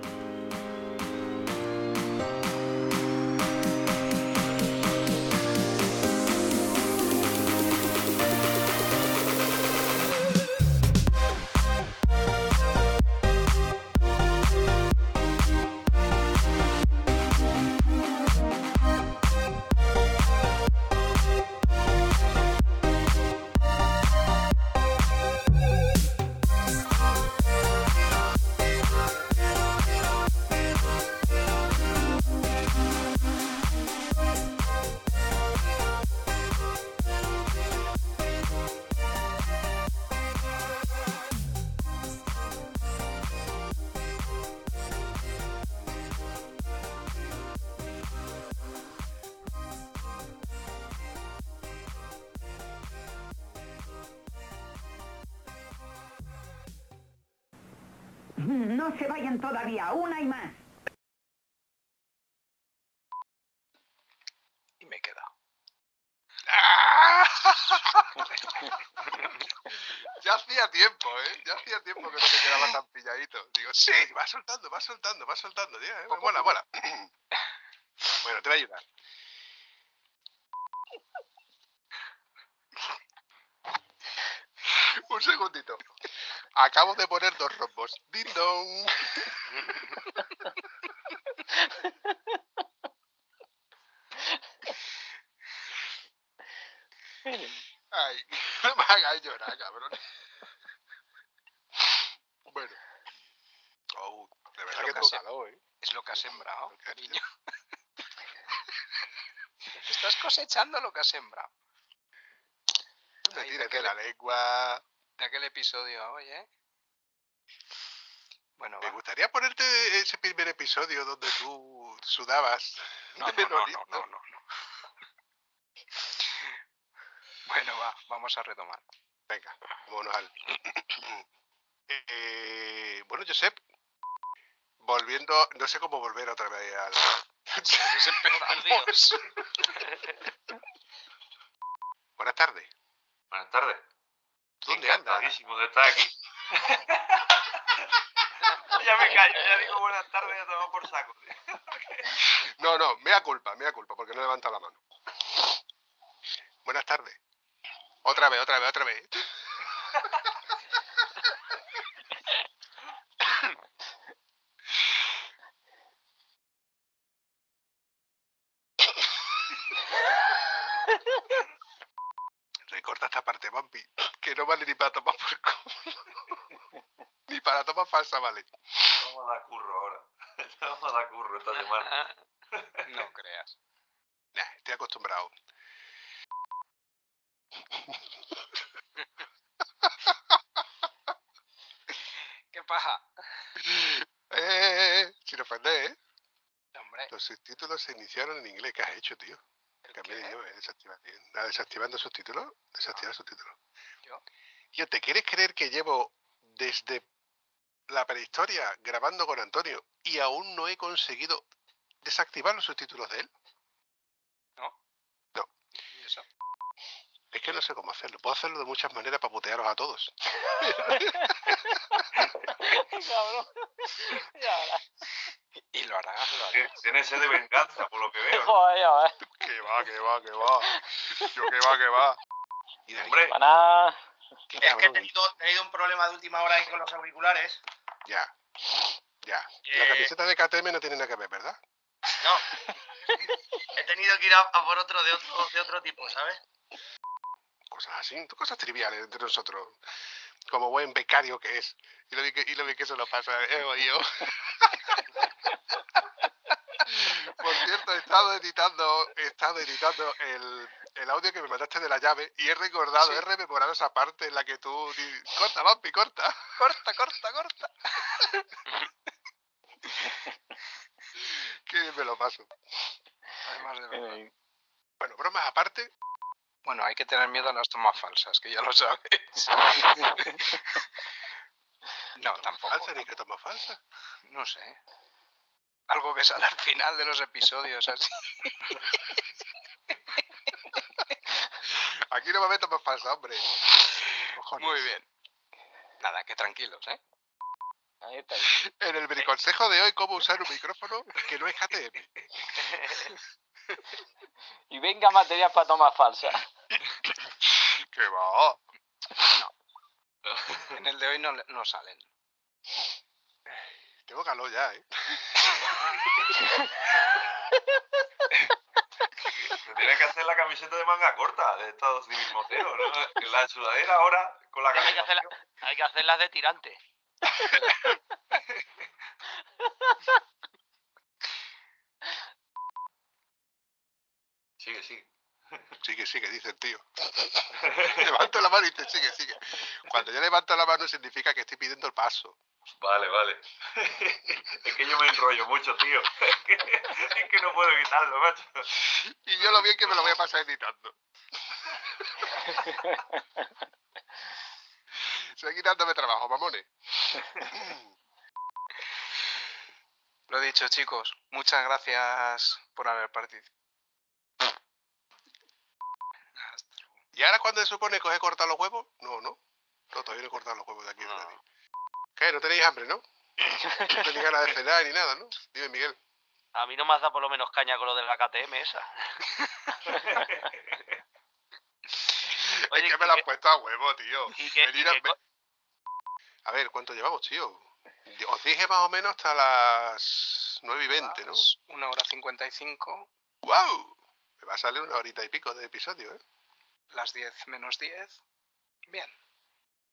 No se vayan todavía, una y más. Y me he quedado. Ya hacía tiempo, Ya hacía tiempo que no te quedaba tan pilladito. Digo, sí, va soltando, tío, Mola. Bueno, te voy a ayudar. Un segundito. Acabo de poner 2 rombos. ¡Ding dong! Ay, no me hagáis llorar, cabrón. Bueno. Oh, de verdad que tengo calor, Es lo que has sembrado, cariño. Estás cosechando lo que has sembrado. No me tires de la lengua. De aquel episodio, oye. Bueno, me gustaría ponerte ese primer episodio donde tú sudabas. No. Bueno, vamos a retomar. Venga, vámonos al... bueno, Josep, volviendo, no sé cómo volver otra vez al... Empezamos. Buenas tardes. Buenas tardes. ¿Dónde andas? Encantadísimo de estar aquí. Ya me callo, ya digo buenas tardes y ya tomamos por saco. No, mea culpa, porque no he levantado la mano. Buenas tardes. Otra vez. Recorta esta parte, Vampi, que no vale ni para tomar por culo. Ni para tomar falsa, vale. Vamos a dar curro ahora. Vamos a dar curro esta semana. No creas. Nah, estoy acostumbrado. ¿Qué paja? Sin ofender, ¿eh? Hombre. Los subtítulos se iniciaron en inglés. ¿Qué has hecho, tío? Cambié de idioma, desactivando subtítulos. Desactivar subtítulos. Yo, ¿te quieres creer que llevo desde la prehistoria grabando con Antonio y aún no he conseguido desactivar los subtítulos de él? ¿No? No. ¿Y eso? Es que no sé cómo hacerlo. Puedo hacerlo de muchas maneras para putearos a todos. Cabrón. Ya verás. Y lo harás. Tiene sed de venganza, por lo que veo. Joder, ya ves. Que va. Yo que va. Y David, Hombre, Es que he tenido un problema de última hora ahí con los auriculares. Ya. La camiseta de KTM no tiene nada que ver, ¿verdad? No. He tenido que ir a por otro de otro tipo, ¿sabes? Cosas así, cosas triviales entre nosotros. Como buen becario que es. Y lo vi que eso lo pasa. Yo. Por cierto, he estado editando el audio que me mandaste de la llave y he rememorado esa parte en la que tú corta, Vampi, corta. Corta. Qué bien me lo paso. Además de verdad. Bueno, bromas aparte. Bueno, hay que tener miedo a las tomas falsas, que ya lo sabes. No, tampoco. ¿Falsa ni que toma falsa? No sé. Algo que sale al final de los episodios, así. Aquí no me meto más falsa, hombre. Cojones. Muy bien. Nada, que tranquilos, ¿eh? Ahí está. En el briconsejo de hoy, cómo usar un micrófono que no es KTM. Y venga material para tomar falsa. ¡Qué va! No. En el de hoy no salen. Tengo calor ya, ¿eh? tienes que hacer la camiseta de manga corta de Estado Civil Motero, ¿no? La sudadera ahora con la camiseta. Hay que hacerlas de tirante. Sigue. Sigue, dice el tío. Levanto la mano y dice, sigue. Cuando yo levanto la mano significa que estoy pidiendo el paso. Vale. Es que yo me enrollo mucho, tío. Es que no puedo evitarlo, macho. Y yo lo bien que me lo voy a pasar editando. Seguid dándome trabajo, mamones. Lo dicho, chicos. Muchas gracias por haber participado. ¿Y ahora cuándo se supone que os he cortado los huevos? No, todavía no he cortado los huevos de aquí. No. ¿Qué? ¿No tenéis hambre, no? No tenéis ganas de cenar ni nada, ¿no? Dime, Miguel. A mí no me has dado por lo menos caña con lo de la KTM esa. Oye, es que me la has puesto a huevo, tío. A ver, ¿cuánto llevamos, tío? Os dije más o menos hasta las 9:20, ¿no? 1:55. ¡Wow! Me va a salir 1 horita y pico de episodio, ¿eh? Las 10 menos 10. Bien.